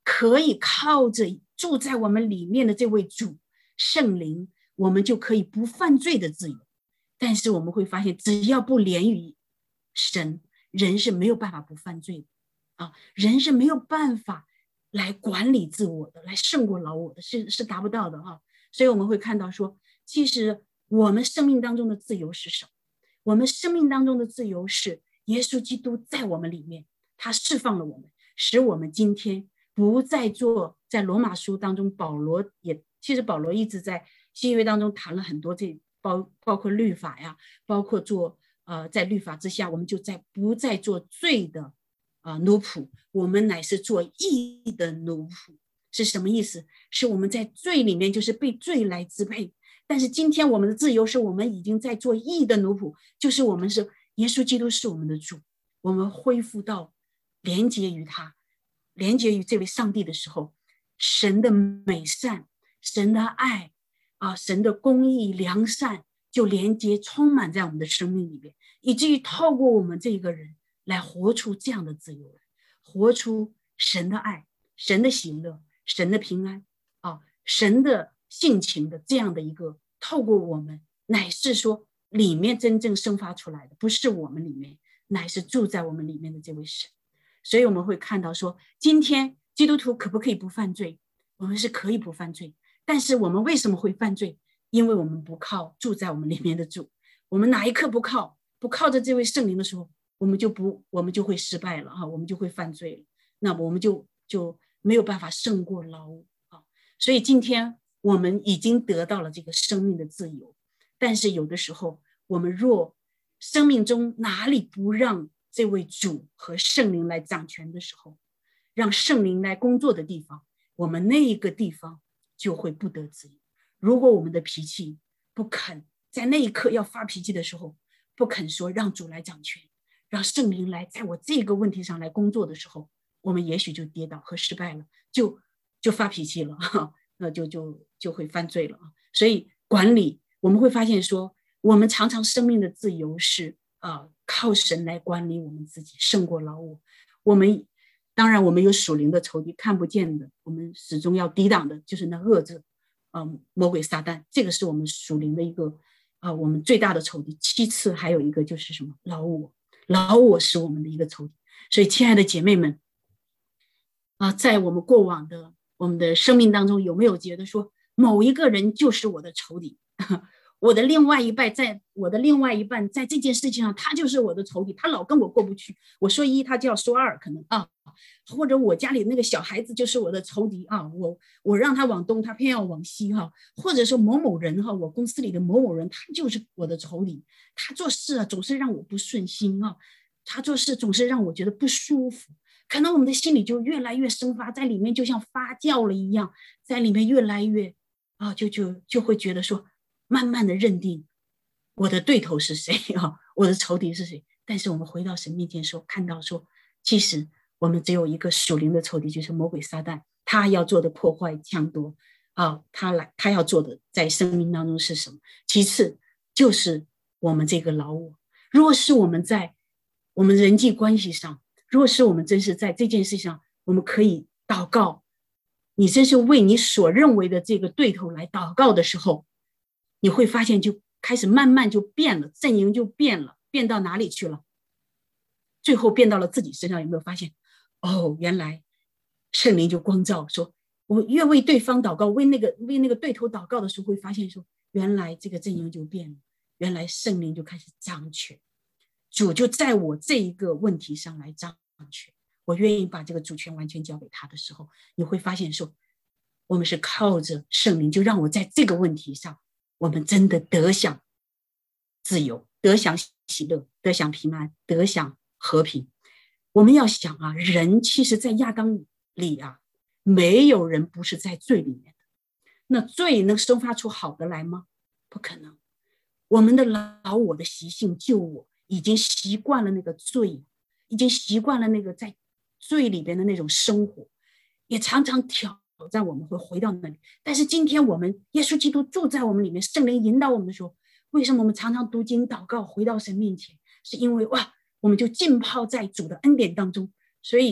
可以靠着住在我们里面的这位主圣灵，我们就可以不犯罪的自由。但是我们会发现，只要不连于神，人是没有办法不犯罪的啊！人是没有办法来管理自我的，来胜过老我的，是达不到的啊！所以我们会看到说，其实我们生命当中的自由是什么？我们生命当中的自由是耶稣基督在我们里面，他释放了我们，使我们今天不再做。在罗马书当中，其实保罗一直在新约当中谈了很多包括律法呀，包括在律法之下，我们就不再做罪的奴仆，我们乃是做义的奴仆。是什么意思？是我们在罪里面就是被罪来支配，但是今天我们的自由是我们已经在做义的奴仆，就是我们是耶稣基督是我们的主，我们恢复到连接于他，连接于这位上帝的时候，神的美善，神的爱神的公义良善就连接充满在我们的生命里面，以至于透过我们这个人来活出这样的自由来，活出神的爱，神的喜乐，神的平安神的性情的这样的一个，透过我们乃是说里面真正生发出来的，不是我们里面，乃是住在我们里面的这位神。所以我们会看到说，今天基督徒可不可以不犯罪？我们是可以不犯罪，但是我们为什么会犯罪？因为我们不靠住在我们里面的主。我们哪一刻不靠着这位圣灵的时候，我们就会失败了我们就会犯罪了，那么我们就没有办法胜过老我所以今天我们已经得到了这个生命的自由，但是有的时候我们若生命中哪里不让这位主和圣灵来掌权的时候，让圣灵来工作的地方，我们那一个地方就会不得自由。如果我们的脾气不肯在那一刻要发脾气的时候，不肯说让主来掌权，让圣灵来在我这个问题上来工作的时候，我们也许就跌倒和失败了，就发脾气了那就会犯罪了所以管理我们会发现说，我们常常生命的自由是靠神来管理我们自己，胜过老我。当然我们有属灵的仇敌，看不见的，我们始终要抵挡的就是那恶者魔鬼撒旦，这个是我们属灵的一个我们最大的仇敌。其次还有一个就是什么？老我是我们的一个仇敌。所以亲爱的姐妹们在我们过往的我们的生命当中，有没有觉得说某一个人就是我的仇敌？我的另外一半在这件事情上，他就是我的仇敌，他老跟我过不去。我说一，他就要说二，可能或者我家里那个小孩子就是我的仇敌我让他往东，他偏要往西或者说某某人我公司里的某某人，他就是我的仇敌，他做事总是让我不顺心他做事总是让我觉得不舒服。可能我们的心里就越来越生发在里面，就像发酵了一样，在里面越来越就会觉得说，慢慢的认定我的对头是谁我的仇敌是谁。但是我们回到神面前说，看到说，其实我们只有一个属灵的仇敌，就是魔鬼撒旦，他要做的破坏抢夺他要做的在生命当中是什么？其次就是我们这个老我。如果是我们在我们人际关系上，如果是我们真是在这件事上，我们可以祷告，你真是为你所认为的这个对头来祷告的时候，你会发现就开始慢慢就变了，阵营就变了，变到哪里去了？最后变到了自己身上。有没有发现原来圣灵就光照说，我越为对方祷告，为那个对头祷告的时候，会发现说，原来这个阵营就变了，原来圣灵就开始掌权，主就在我这一个问题上来掌权，我愿意把这个主权完全交给他的时候，你会发现说，我们是靠着圣灵，就让我在这个问题上，我们真的得享自由，得享喜乐，得享平安，得享和平。我们要想人其实在亚当里没有人不是在罪里面的。那罪能生发出好的来吗？不可能。我们的老我的习性救我已经习惯了那个罪，已经习惯了那个在罪里边的那种生活，也常常挑战我们会回到那里。但是今天我们耶稣基督住在我们里面，圣灵引导我们的时候，为什么我们常常读经祷告回到神面前？是因为我们就浸泡在主的恩典当中。所以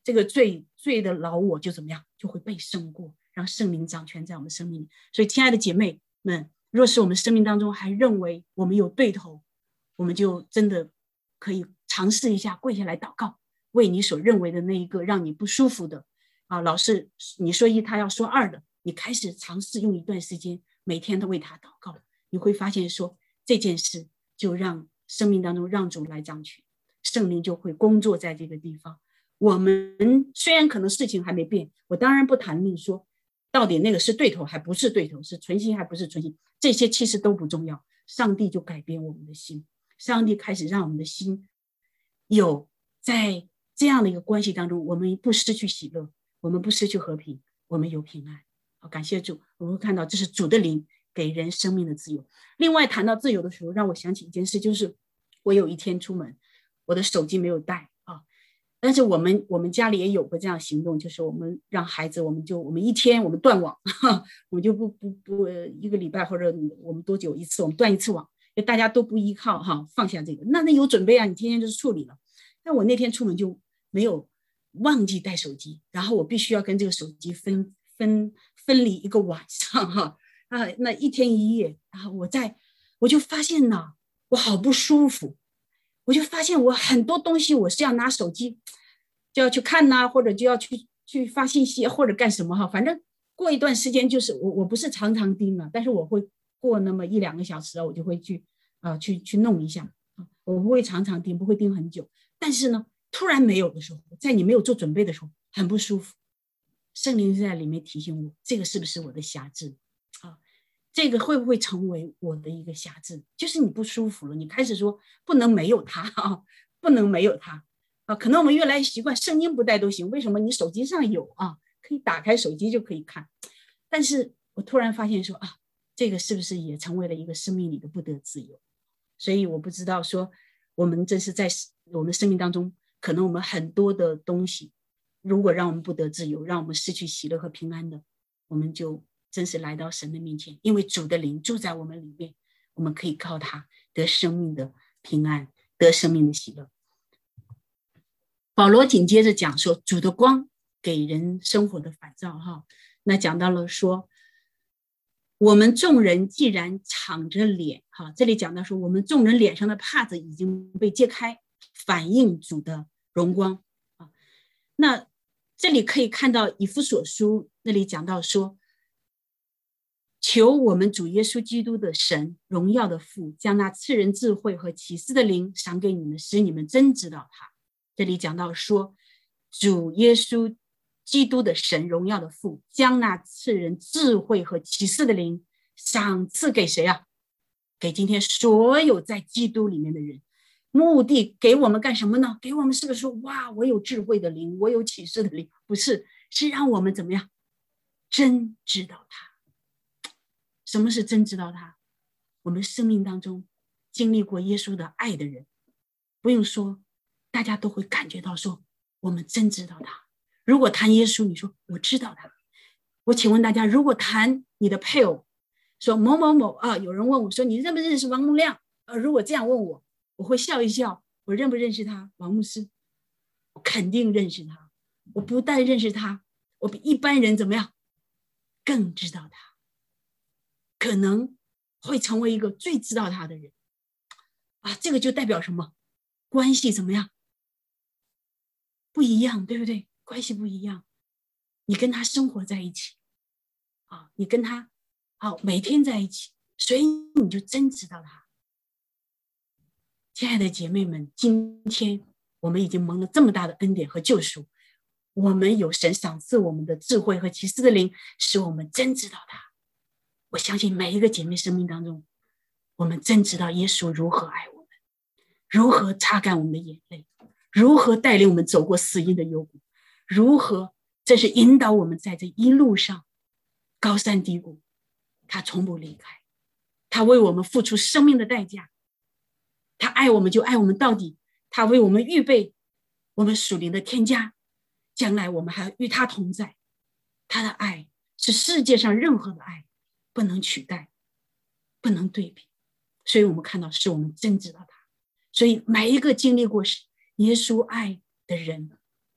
这个罪的老我就怎么样，就会被胜过，让圣灵掌权在我们生命里。所以亲爱的姐妹们，若是我们生命当中还认为我们有对头，我们就真的可以尝试一下跪下来祷告，为你所认为的那一个让你不舒服的老是你说一他要说二的，你开始尝试用一段时间每天都为他祷告，你会发现说这件事就让生命当中让主来掌权，圣灵就会工作在这个地方。我们虽然可能事情还没变，我当然不谈论说到底那个是对头还不是对头，是存心还不是存心，这些其实都不重要。上帝就改变我们的心，上帝开始让我们的心有在这样的一个关系当中，我们不失去喜乐，我们不失去和平，我们有平安。好，感谢主，我们会看到这是主的灵给人生命的自由。另外谈到自由的时候，让我想起一件事，就是我有一天出门，我的手机没有带但是我们家里也有过这样行动，就是我们让孩子，我们一天我们断网，我们就不一个礼拜或者我们多久一次，我们断一次网，就大家都不依靠放下这个，那有准备啊，你天天就是处理了。但我那天出门就没有忘记带手机，然后我必须要跟这个手机分离一个晚上那一天一夜，然后我就发现呢，我好不舒服。我就发现我很多东西我是要拿手机就要去看或者就要去发信息或者干什么反正过一段时间就是我不是常常盯但是我会过那么1-2个小时我就会去弄一下我不会常常盯，不会盯很久。但是呢，突然没有的时候，在你没有做准备的时候，很不舒服。圣灵在里面提醒我，这个是不是我的辖制这个会不会成为我的一个辖制？就是你不舒服了，你开始说不能没有它不能没有它可能我们越来越习惯圣经不带都行，为什么你手机上有可以打开手机就可以看。但是我突然发现说这个是不是也成为了一个生命里的不得自由？所以我不知道说我们这是在我们生命当中，可能我们很多的东西如果让我们不得自由，让我们失去喜乐和平安的，我们就真是来到神的面前，因为主的灵住在我们里面，我们可以靠他得生命的平安，得生命的喜乐。保罗紧接着讲说主的光给人生活的反照那讲到了说我们众人既然敞着脸这里讲到说我们众人脸上的帕子已经被揭开，反映主的荣光那这里可以看到以弗所书那里讲到说，求我们主耶稣基督的神荣耀的父将那赐人智慧和启示的灵赏给你们，使你们真知道他。这里讲到说主耶稣基督的神荣耀的父将那赐人智慧和启示的灵赏赐给谁给今天所有在基督里面的人。目的给我们干什么呢？给我们是不是说哇我有智慧的灵，我有启示的灵？不是，是让我们怎么样真知道他。什么是真知道他？我们生命当中经历过耶稣的爱的人，不用说大家都会感觉到说我们真知道他。如果谈耶稣，你说我知道他，我请问大家，如果谈你的配偶，说某某某有人问我说你认不认识王牧亮如果这样问我，我会笑一笑，我认不认识他？王牧师，我肯定认识他。我不但认识他，我比一般人怎么样更知道他，可能会成为一个最知道他的人这个就代表什么？关系怎么样？不一样，对不对？关系不一样，你跟他生活在一起你跟他每天在一起，所以你就真知道他。亲爱的姐妹们，今天我们已经蒙了这么大的恩典和救赎，我们有神赏赐我们的智慧和启示的灵，使我们真知道他。我相信每一个姐妹生命当中，我们真知道耶稣如何爱我们，如何擦干我们的眼泪，如何带领我们走过死荫的幽谷，如何这是引导我们在这一路上高山低谷，他从不离开，他为我们付出生命的代价，他爱我们就爱我们到底，他为我们预备我们属灵的天家，将来我们还与他同在。他的爱是世界上任何的爱不能取代，不能对比。所以我们看到是我们真知道他。所以每一个经历过耶稣爱的人，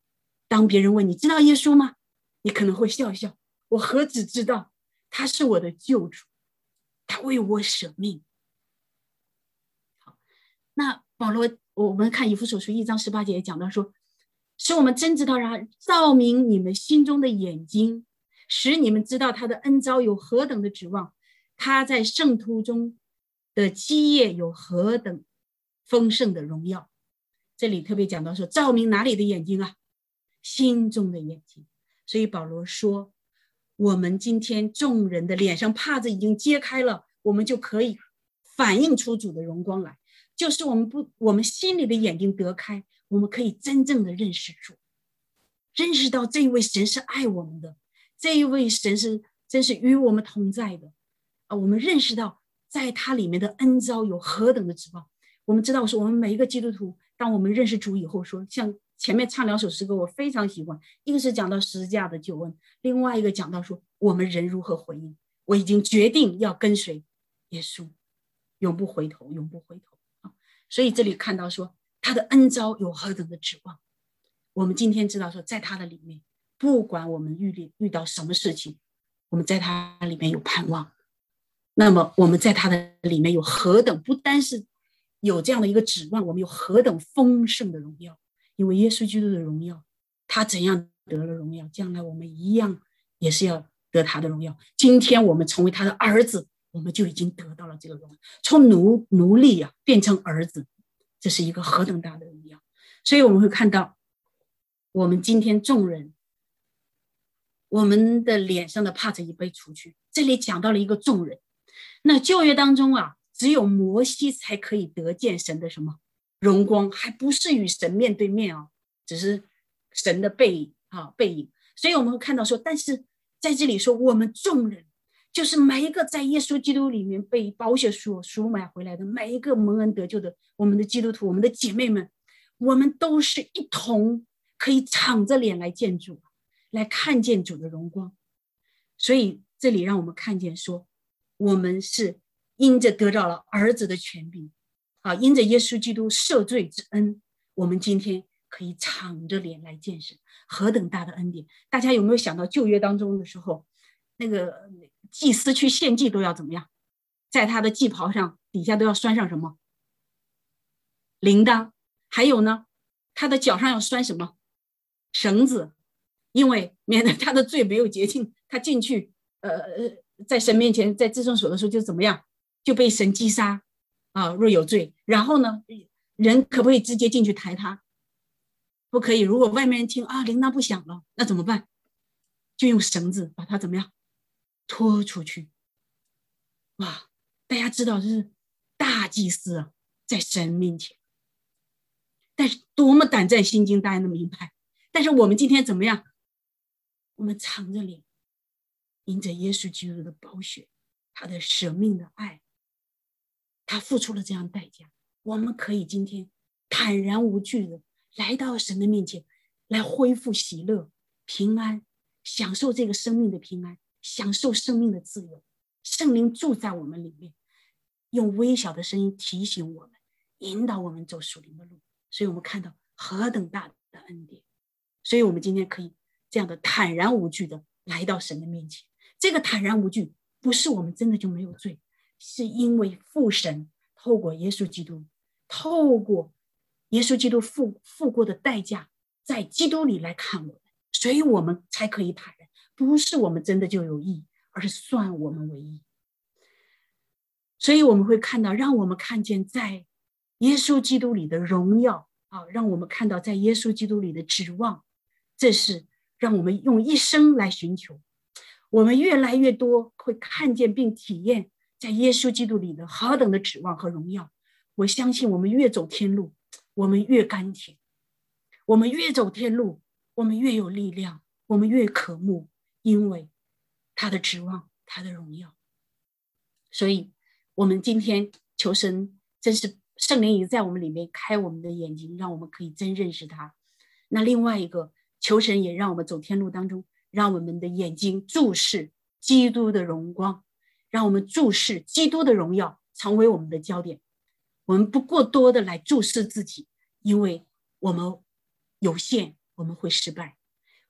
当别人问你知道耶稣吗，你可能会笑一笑，我何止知道，他是我的救主，他为我舍命。好，那保罗我们看以弗所书1章18节也讲到说，使我们真知道，照明你们心中的眼睛，使你们知道他的恩召有何等的指望，他在圣徒中的基业有何等丰盛的荣耀。这里特别讲到说，照明哪里的眼睛啊？心中的眼睛。所以保罗说，我们今天众人的脸上帕子已经揭开了，我们就可以反映出主的荣光来，就是我们心里的眼睛得开，我们可以真正的认识主，认识到这一位神是爱我们的，这一位神是真是与我们同在的我们认识到在他里面的恩召有何等的指望。我们知道说，我们每一个基督徒，当我们认识主以后，说像前面唱2首诗歌我非常喜欢，一个是讲到十字架的救恩，另外一个讲到说我们人如何回应。我已经决定要跟随耶稣，永不回头，永不回头所以这里看到说他的恩召有何等的指望。我们今天知道说，在他的里面，不管我们遇到什么事情，我们在他里面有盼望。那么我们在他的里面有何等，不单是有这样的一个指望，我们有何等丰盛的荣耀。因为耶稣基督的荣耀，他怎样得了荣耀，将来我们一样也是要得他的荣耀。今天我们成为他的儿子，我们就已经得到了这个荣耀，从奴隶变成儿子，这是一个何等大的荣耀。所以我们会看到，我们今天众人，我们的脸上的帕子已被除去。这里讲到了一个众人，那旧约当中只有摩西才可以得见神的什么荣光，还不是与神面对面只是神的背影所以我们会看到说，但是在这里说，我们众人就是每一个在耶稣基督里面被宝血所赎买回来的每一个蒙恩得救的我们的基督徒，我们的姐妹们，我们都是一同可以敞着脸来见主，来看见主的荣光。所以这里让我们看见说，我们是因着得到了儿子的权柄因着耶稣基督赦罪之恩，我们今天可以敞着脸来见神，何等大的恩典。大家有没有想到旧约当中的时候，那个祭司去献祭都要怎么样，在他的祭袍上底下都要拴上什么铃铛，还有呢他的脚上要拴什么绳子，因为免得他的罪没有洁净，他进去在神面前在至圣所的时候就怎么样，就被神击杀若有罪。然后呢，人可不可以直接进去抬他？不可以。如果外面人听铃铛不响了，那怎么办？就用绳子把他怎么样拖出去。哇，大家知道这是大祭司在神面前，但是多么胆战心惊，大家能明白。但是我们今天怎么样？我们敞着脸，因着耶稣基督的宝血，他的舍命的爱，他付出了这样代价，我们可以今天坦然无惧的来到神的面前，来恢复喜乐平安，享受这个生命的平安，享受生命的自由。圣灵住在我们里面，用微小的声音提醒我们，引导我们走属灵的路。所以我们看到何等大的恩典，所以我们今天可以这样的坦然无惧的来到神的面前。这个坦然无惧不是我们真的就没有罪，是因为父神透过耶稣基督，透过耶稣基督付过的代价，在基督里来看我们，所以我们才可以坦然，不是我们真的就有义，而是算我们为义。所以我们会看到，让我们看见在耶稣基督里的荣耀让我们看到在耶稣基督里的指望，这是让我们用一生来寻求。我们越来越多会看见并体验在耶稣基督里的何等的指望和荣耀。我相信我们越走天路，我们越甘甜，我们越走天路，我们越有力量，我们越渴慕，因为他的指望，他的荣耀。所以我们今天求神，真是圣灵也在我们里面开我们的眼睛，让我们可以真认识他。那另外一个，求神也让我们走天路当中，让我们的眼睛注视基督的荣光，让我们注视基督的荣耀成为我们的焦点。我们不过多的来注视自己，因为我们有限，我们会失败。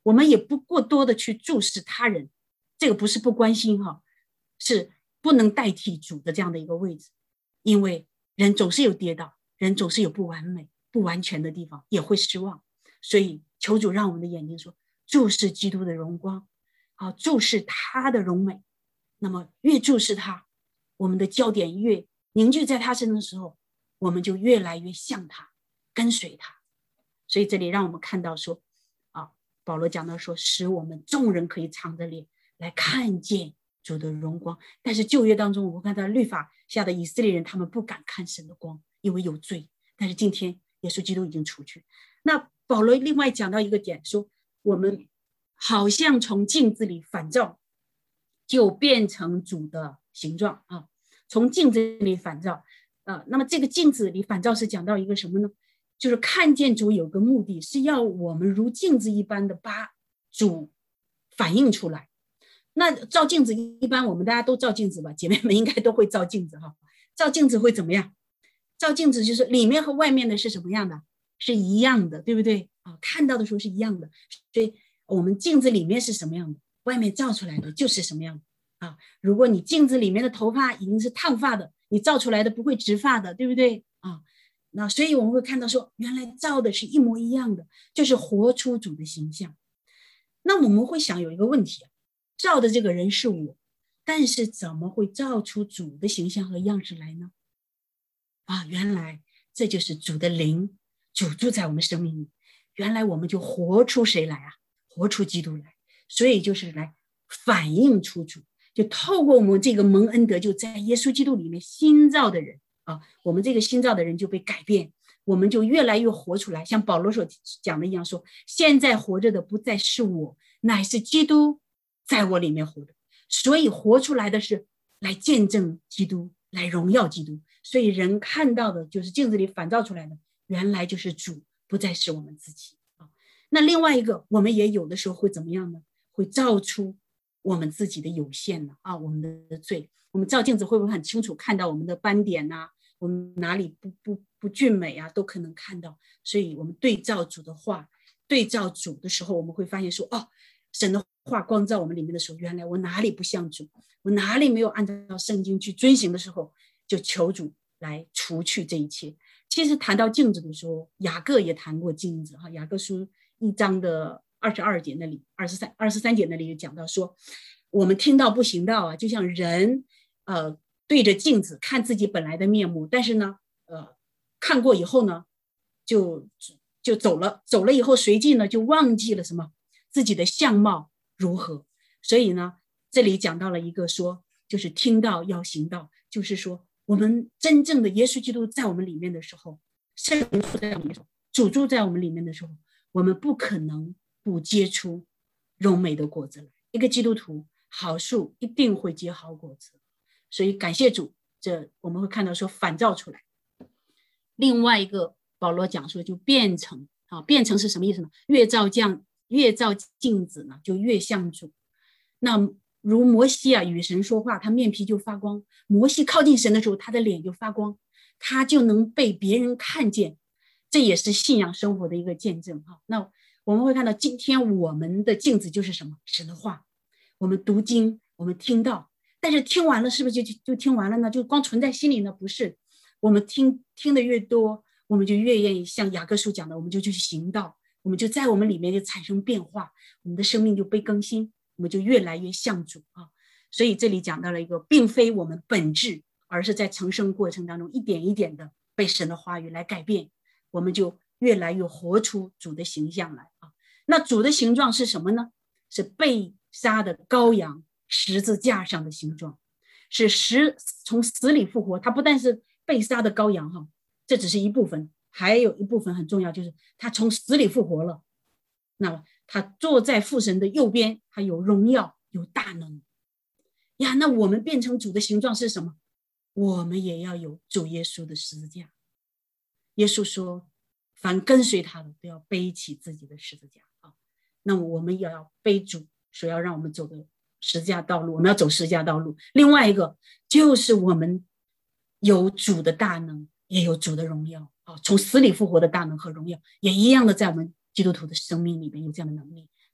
我们也不过多的去注视他人，这个不是不关心哈，是不能代替主的这样的一个位置，因为人总是有跌倒，人总是有不完美、不完全的地方，也会失望。所以求主让我们的眼睛说，注视基督的荣光，注视他的荣美。那么越注视他，我们的焦点越凝聚在他身上的时候，我们就越来越像他，跟随他。所以这里让我们看到说，保罗讲到说，使我们众人可以敞着脸来看见主的荣光。但是旧约当中，我们看到律法下的以色列人，他们不敢看神的光，因为有罪。但是今天耶稣基督已经除去。那保罗另外讲到一个点，说我们好像从镜子里反照，就变成主的形状啊。从镜子里反照，那么这个镜子里反照是讲到一个什么呢？就是看见主有个目的，是要我们如镜子一般的把主反映出来。那照镜子一般，我们大家都照镜子吧，姐妹们应该都会照镜子哈。照镜子会怎么样？照镜子就是里面和外面的是什么样的？是一样的，对不对？看到的时候是一样的。所以我们镜子里面是什么样的，外面照出来的就是什么样的。如果你镜子里面的头发已经是烫发的，你照出来的不会直发的，对不对？那所以我们会看到说，原来照的是一模一样的，就是活出主的形象。那我们会想有一个问题，照的这个人是我，但是怎么会照出主的形象和样式来呢？原来这就是主的灵，主住在我们生命里。原来我们就活出谁来啊？活出基督来。所以就是来反映出主，就透过我们这个蒙恩德，就在耶稣基督里面新造的人我们这个新造的人就被改变，我们就越来越活出来。像保罗所讲的一样，说现在活着的不再是我，乃是基督在我里面活的。所以活出来的是来见证基督，来荣耀基督。所以人看到的就是镜子里反照出来的，原来就是主，不再是我们自己。那另外一个，我们也有的时候会怎么样呢？会照出我们自己的有限呢我们的罪。我们照镜子会不会很清楚看到我们的斑点我们哪里不俊美都可能看到。所以我们对照主的话，对照主的时候，我们会发现说神的话光照我们里面的时候，原来我哪里不像主，我哪里没有按照圣经去遵行的时候，就求主来除去这一切。其实谈到镜子的时候，雅各也谈过镜子雅各书1章的22节那里23节那里有讲到说，我们听到不行道就像人对着镜子看自己本来的面目，但是呢看过以后呢就走了以后，随即呢就忘记了什么自己的相貌如何。所以呢这里讲到了一个说，就是听到要行道，就是说我们真正的耶稣基督在我们里面的时候，圣灵住在我们里面，主住在我们里面的时候，我们不可能不结出荣美的果子来。一个基督徒，好树一定会结好果子。所以感谢主，这我们会看到说反照出来。另外一个保罗讲说就变成变成是什么意思呢？越照镜子呢就越像主。那如摩西与神说话，他面皮就发光。摩西靠近神的时候，他的脸就发光，他就能被别人看见。这也是信仰生活的一个见证那我们会看到今天我们的镜子就是什么？神的话。我们读经，我们听到，但是听完了是不是就听完了呢？就光存在心里呢？不是，我们听的越多，我们就越愿意像雅各书讲的，我们就去行道，我们就在我们里面就产生变化，我们的生命就被更新，我们就越来越像主所以这里讲到了一个，并非我们本质，而是在成圣过程当中一点一点的被神的话语来改变，我们就越来越活出主的形象来那主的形状是什么呢？是被杀的羔羊十字架上的形状，是从死里复活。他不但是被杀的羔羊这只是一部分，还有一部分很重要，就是他从死里复活了。那么他坐在父神的右边，他有荣耀有大能那我们变成主的形状是什么？我们也要有主耶稣的十字架。耶稣说凡跟随他的都要背起自己的十字架那么我们也要背主所要让我们走的十字架道路，我们要走十字架道路。另外一个就是我们有主的大能，也有主的荣耀从死里复活的大能和荣耀，也一样的在我们基督徒的生命里面有这样的能力。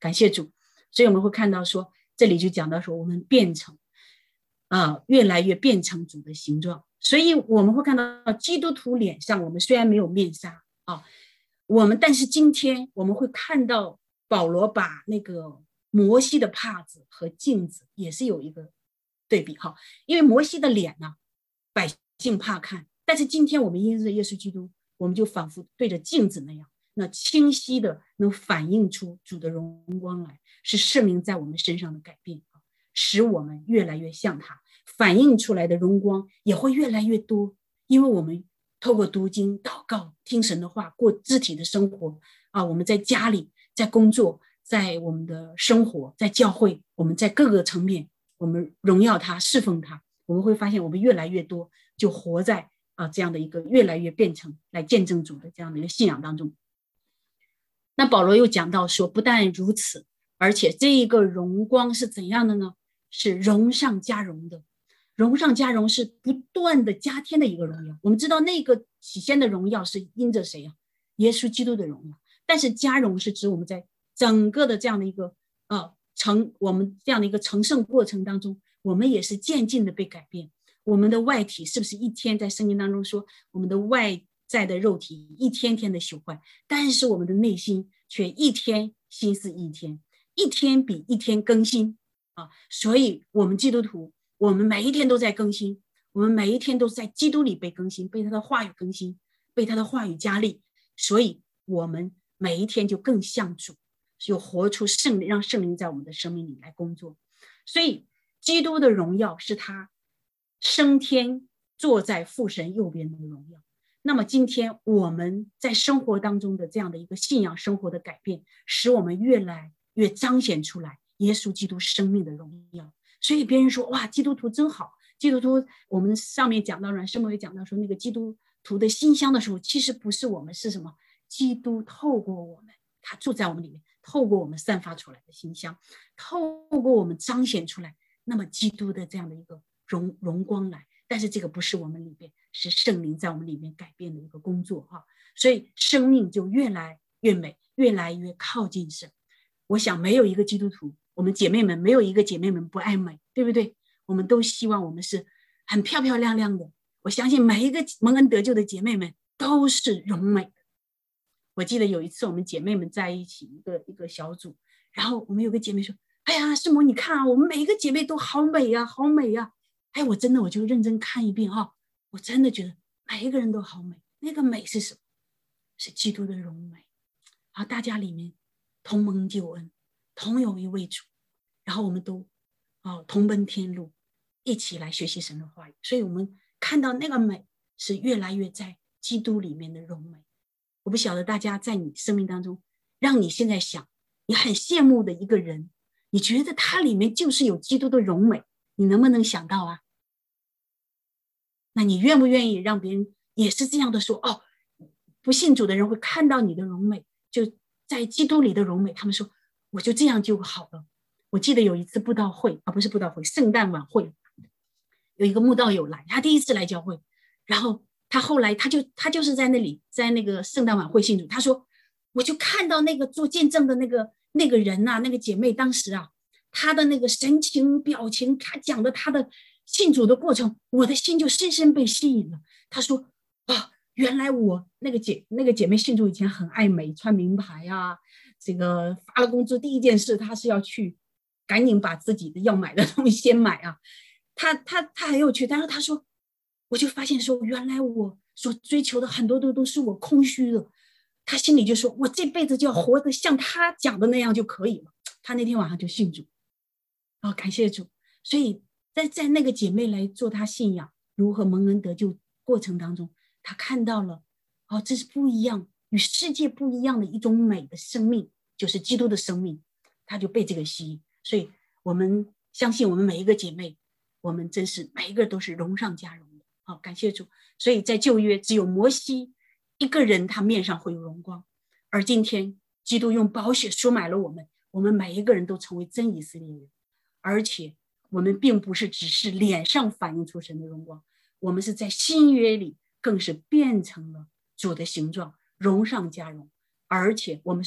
感谢主。所以我们会看到说，这里就讲到说，我们变成越来越变成主的形状。所以我们会看到基督徒脸上，我们虽然没有面纱但是今天我们会看到保罗把那个摩西的帕子和镜子也是有一个对比因为摩西的脸呢，百姓怕看，但是今天我们因着耶稣基督，我们就仿佛对着镜子那样，那清晰的能反映出主的荣光来，是圣灵在我们身上的改变使我们越来越像他，反映出来的荣光也会越来越多，因为我们透过读经、祷告、听神的话，过肢体的生活我们在家里、在工作、在我们的生活、在教会，我们在各个层面，我们荣耀他、侍奉他，我们会发现我们越来越多就活在这样的一个越来越变成来见证主的这样的一个信仰当中。那保罗又讲到说，不但如此，而且这一个荣光是怎样的呢？是荣上加荣的。荣上加荣是不断的加添的一个荣耀。我们知道那个起先的荣耀是因着谁耶稣基督的荣耀。但是加荣是指我们在整个的这样的一个我们这样的一个成圣过程当中，我们也是渐进的被改变。我们的外体是不是一天在圣经当中说，我们的外在的肉体一天天的朽坏，但是我们的内心却一天新似一天，一天比一天更新所以我们基督徒，我们每一天都在更新，我们每一天都在基督里被更新，被他的话语更新，被他的话语加力，所以我们每一天就更像主，就活出圣灵，让圣灵在我们的生命里来工作。所以基督的荣耀是他升天坐在父神右边的荣耀。那么今天我们在生活当中的这样的一个信仰生活的改变，使我们越来越彰显出来耶稣基督生命的荣耀。所以别人说哇，基督徒真好，基督徒，我们上面讲到阮圣母也讲到说，那个基督徒的馨香的时候，其实不是我们，是什么？基督透过我们，他住在我们里面，透过我们散发出来的馨香，透过我们彰显出来那么基督的这样的一个荣光来。但是这个不是我们里面，是圣灵在我们里面改变的一个工作所以生命就越来越美，越来越靠近神。我想没有一个基督徒，我们姐妹们没有一个姐妹们不爱美，对不对？我们都希望我们是很漂漂亮亮的。我相信每一个蒙恩得救的姐妹们都是荣美的。我记得有一次我们姐妹们在一起一个小组，然后我们有个姐妹说，哎呀，师母你看我们每一个姐妹都好美好美我真的我就认真看一遍我真的觉得每一个人都好美。那个美是什么？是基督的荣美大家里面同蒙救恩，同有一位主，然后我们都同奔天路，一起来学习神的话语。所以我们看到那个美是越来越在基督里面的荣美。我不晓得大家在你生命当中，让你现在想你很羡慕的一个人，你觉得他里面就是有基督的荣美，你能不能想到那你愿不愿意让别人也是这样的说不信主的人会看到你的荣美，就在基督里的荣美，他们说我就这样就好了。我记得有一次布道会不是布道会，圣诞晚会，有一个慕道友来，他第一次来教会，然后他后来他就是在那里，在那个圣诞晚会信主，他说我就看到那个做见证的那个人那个姐妹当时他的那个神情表情，他讲的他的信主的过程，我的心就深深被吸引了。他说原来我那个姐妹信主以前很爱美，穿名牌这个发了工资第一件事他是要去赶紧把自己的要买的东西先买他很有趣。但是他说我就发现说，原来我所追求的很多都是我空虚的。他心里就说我这辈子就要活得像他讲的那样就可以了。他那天晚上就信主感谢主。所以在那个姐妹来做她信仰如何蒙恩得救过程当中，她看到了这是不一样，与世界不一样的一种美的生命，就是基督的生命。她就被这个吸引。所以我们相信我们每一个姐妹，我们真是每一个都是荣上加荣的感谢主。所以在旧约只有摩西一个人他面上会有荣光，而今天基督用宝血赎买了我们，我们每一个人都成为真以色列人。而且我们并不是只是脸上反映出神的荣光，我们是在新约里更是变成了主的形状，荣上加荣。而且我们是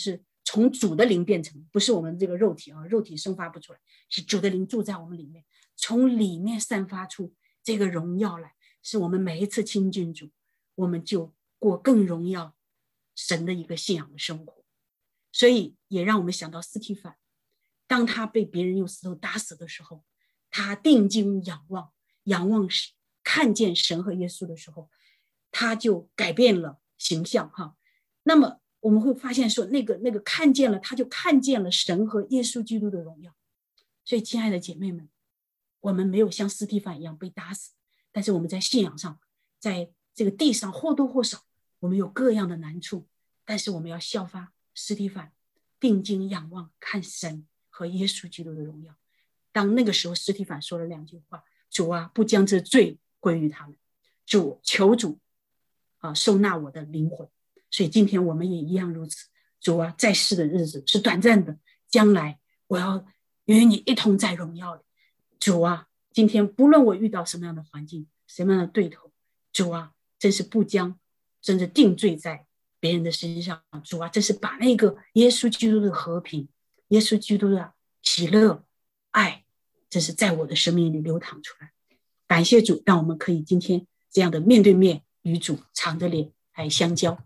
从主的灵变成，不是我们这个肉体啊，肉体生发不出来，是主的灵住在我们里面，从里面散发出这个荣耀来，是我们每一次亲近主，我们就过更荣耀神的一个信仰的生活。所以也让我们想到司提反，当他被别人用石头打死的时候，他定睛仰望看见神和耶稣的时候，他就改变了形象哈。那么我们会发现说，那个看见了，他就看见了神和耶稣基督的荣耀。所以亲爱的姐妹们，我们没有像司提反一样被打死，但是我们在信仰上，在这个地上或多或少我们有各样的难处，但是我们要效法司提反，定睛仰望看神和耶稣基督的荣耀。当那个时候司提反说了2句话，主啊，不将这罪归于他们，主求主收纳我的灵魂。所以今天我们也一样如此，主啊，在世的日子是短暂的，将来我要与你一同在荣耀里。主啊，今天不论我遇到什么样的环境，什么样的对头，主啊，真是不将真的定罪在别人的身上。主啊，真是把那个耶稣基督的和平，耶稣基督的喜乐爱，真是在我的生命里流淌出来。感谢主，让我们可以今天这样的面对面与主敞着脸来相交。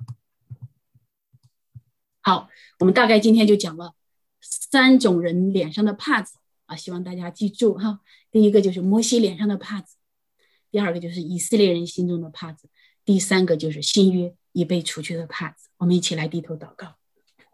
好，我们大概今天就讲了3种人脸上的帕子希望大家记住哈。第一个就是摩西脸上的帕子，第二个就是以色列人心中的帕子，第3个就是新约已被除去的帕子。我们一起来低头祷告。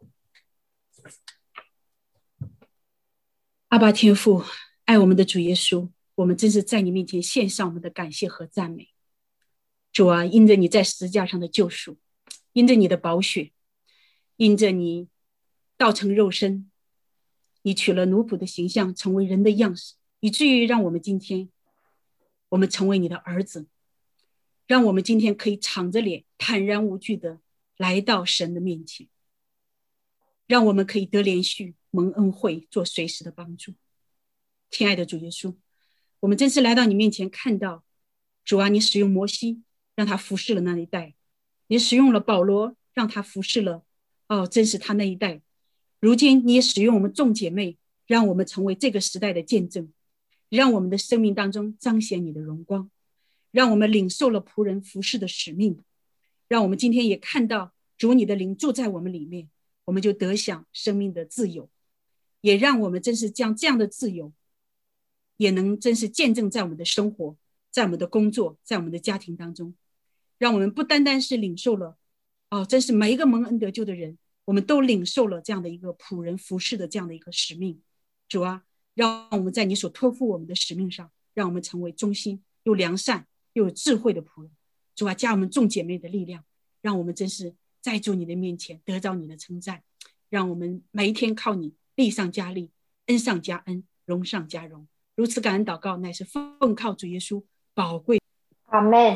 阿爸天父，爱我们的主耶稣，我们真是在你面前献上我们的感谢和赞美。主啊，因着你在十字架上的救赎，因着你的宝血，因着你道成肉身，你取了奴仆的形象，成为人的样式，以至于让我们今天我们成为你的儿子，让我们今天可以敞着脸坦然无惧的来到神的面前，让我们可以得连续蒙恩惠，做随时的帮助。亲爱的主耶稣，我们真是来到你面前，看到主啊，你使用摩西让他服侍了那一代，你使用了保罗让他服侍了真是他那一代。如今你也使用我们众姐妹，让我们成为这个时代的见证，让我们的生命当中彰显你的荣光，让我们领受了仆人服侍的使命，让我们今天也看到主你的灵住在我们里面，我们就得享生命的自由，也让我们真是将这样的自由也能真是见证在我们的生活，在我们的工作，在我们的家庭当中，让我们不单单是领受了真是每一个蒙恩得救的人，我们都领受了这样的一个仆人服侍的这样的一个使命。主啊，让我们在你所托付我们的使命上，让我们成为忠心又良善又有智慧的仆人。主啊，加我们众姐妹的力量，让我们真是在主你的面前得到你的称赞，让我们每一天靠你力上加力，恩上加恩，荣上加荣。如此感恩祷告，乃是奉靠主耶稣宝贵。 阿们。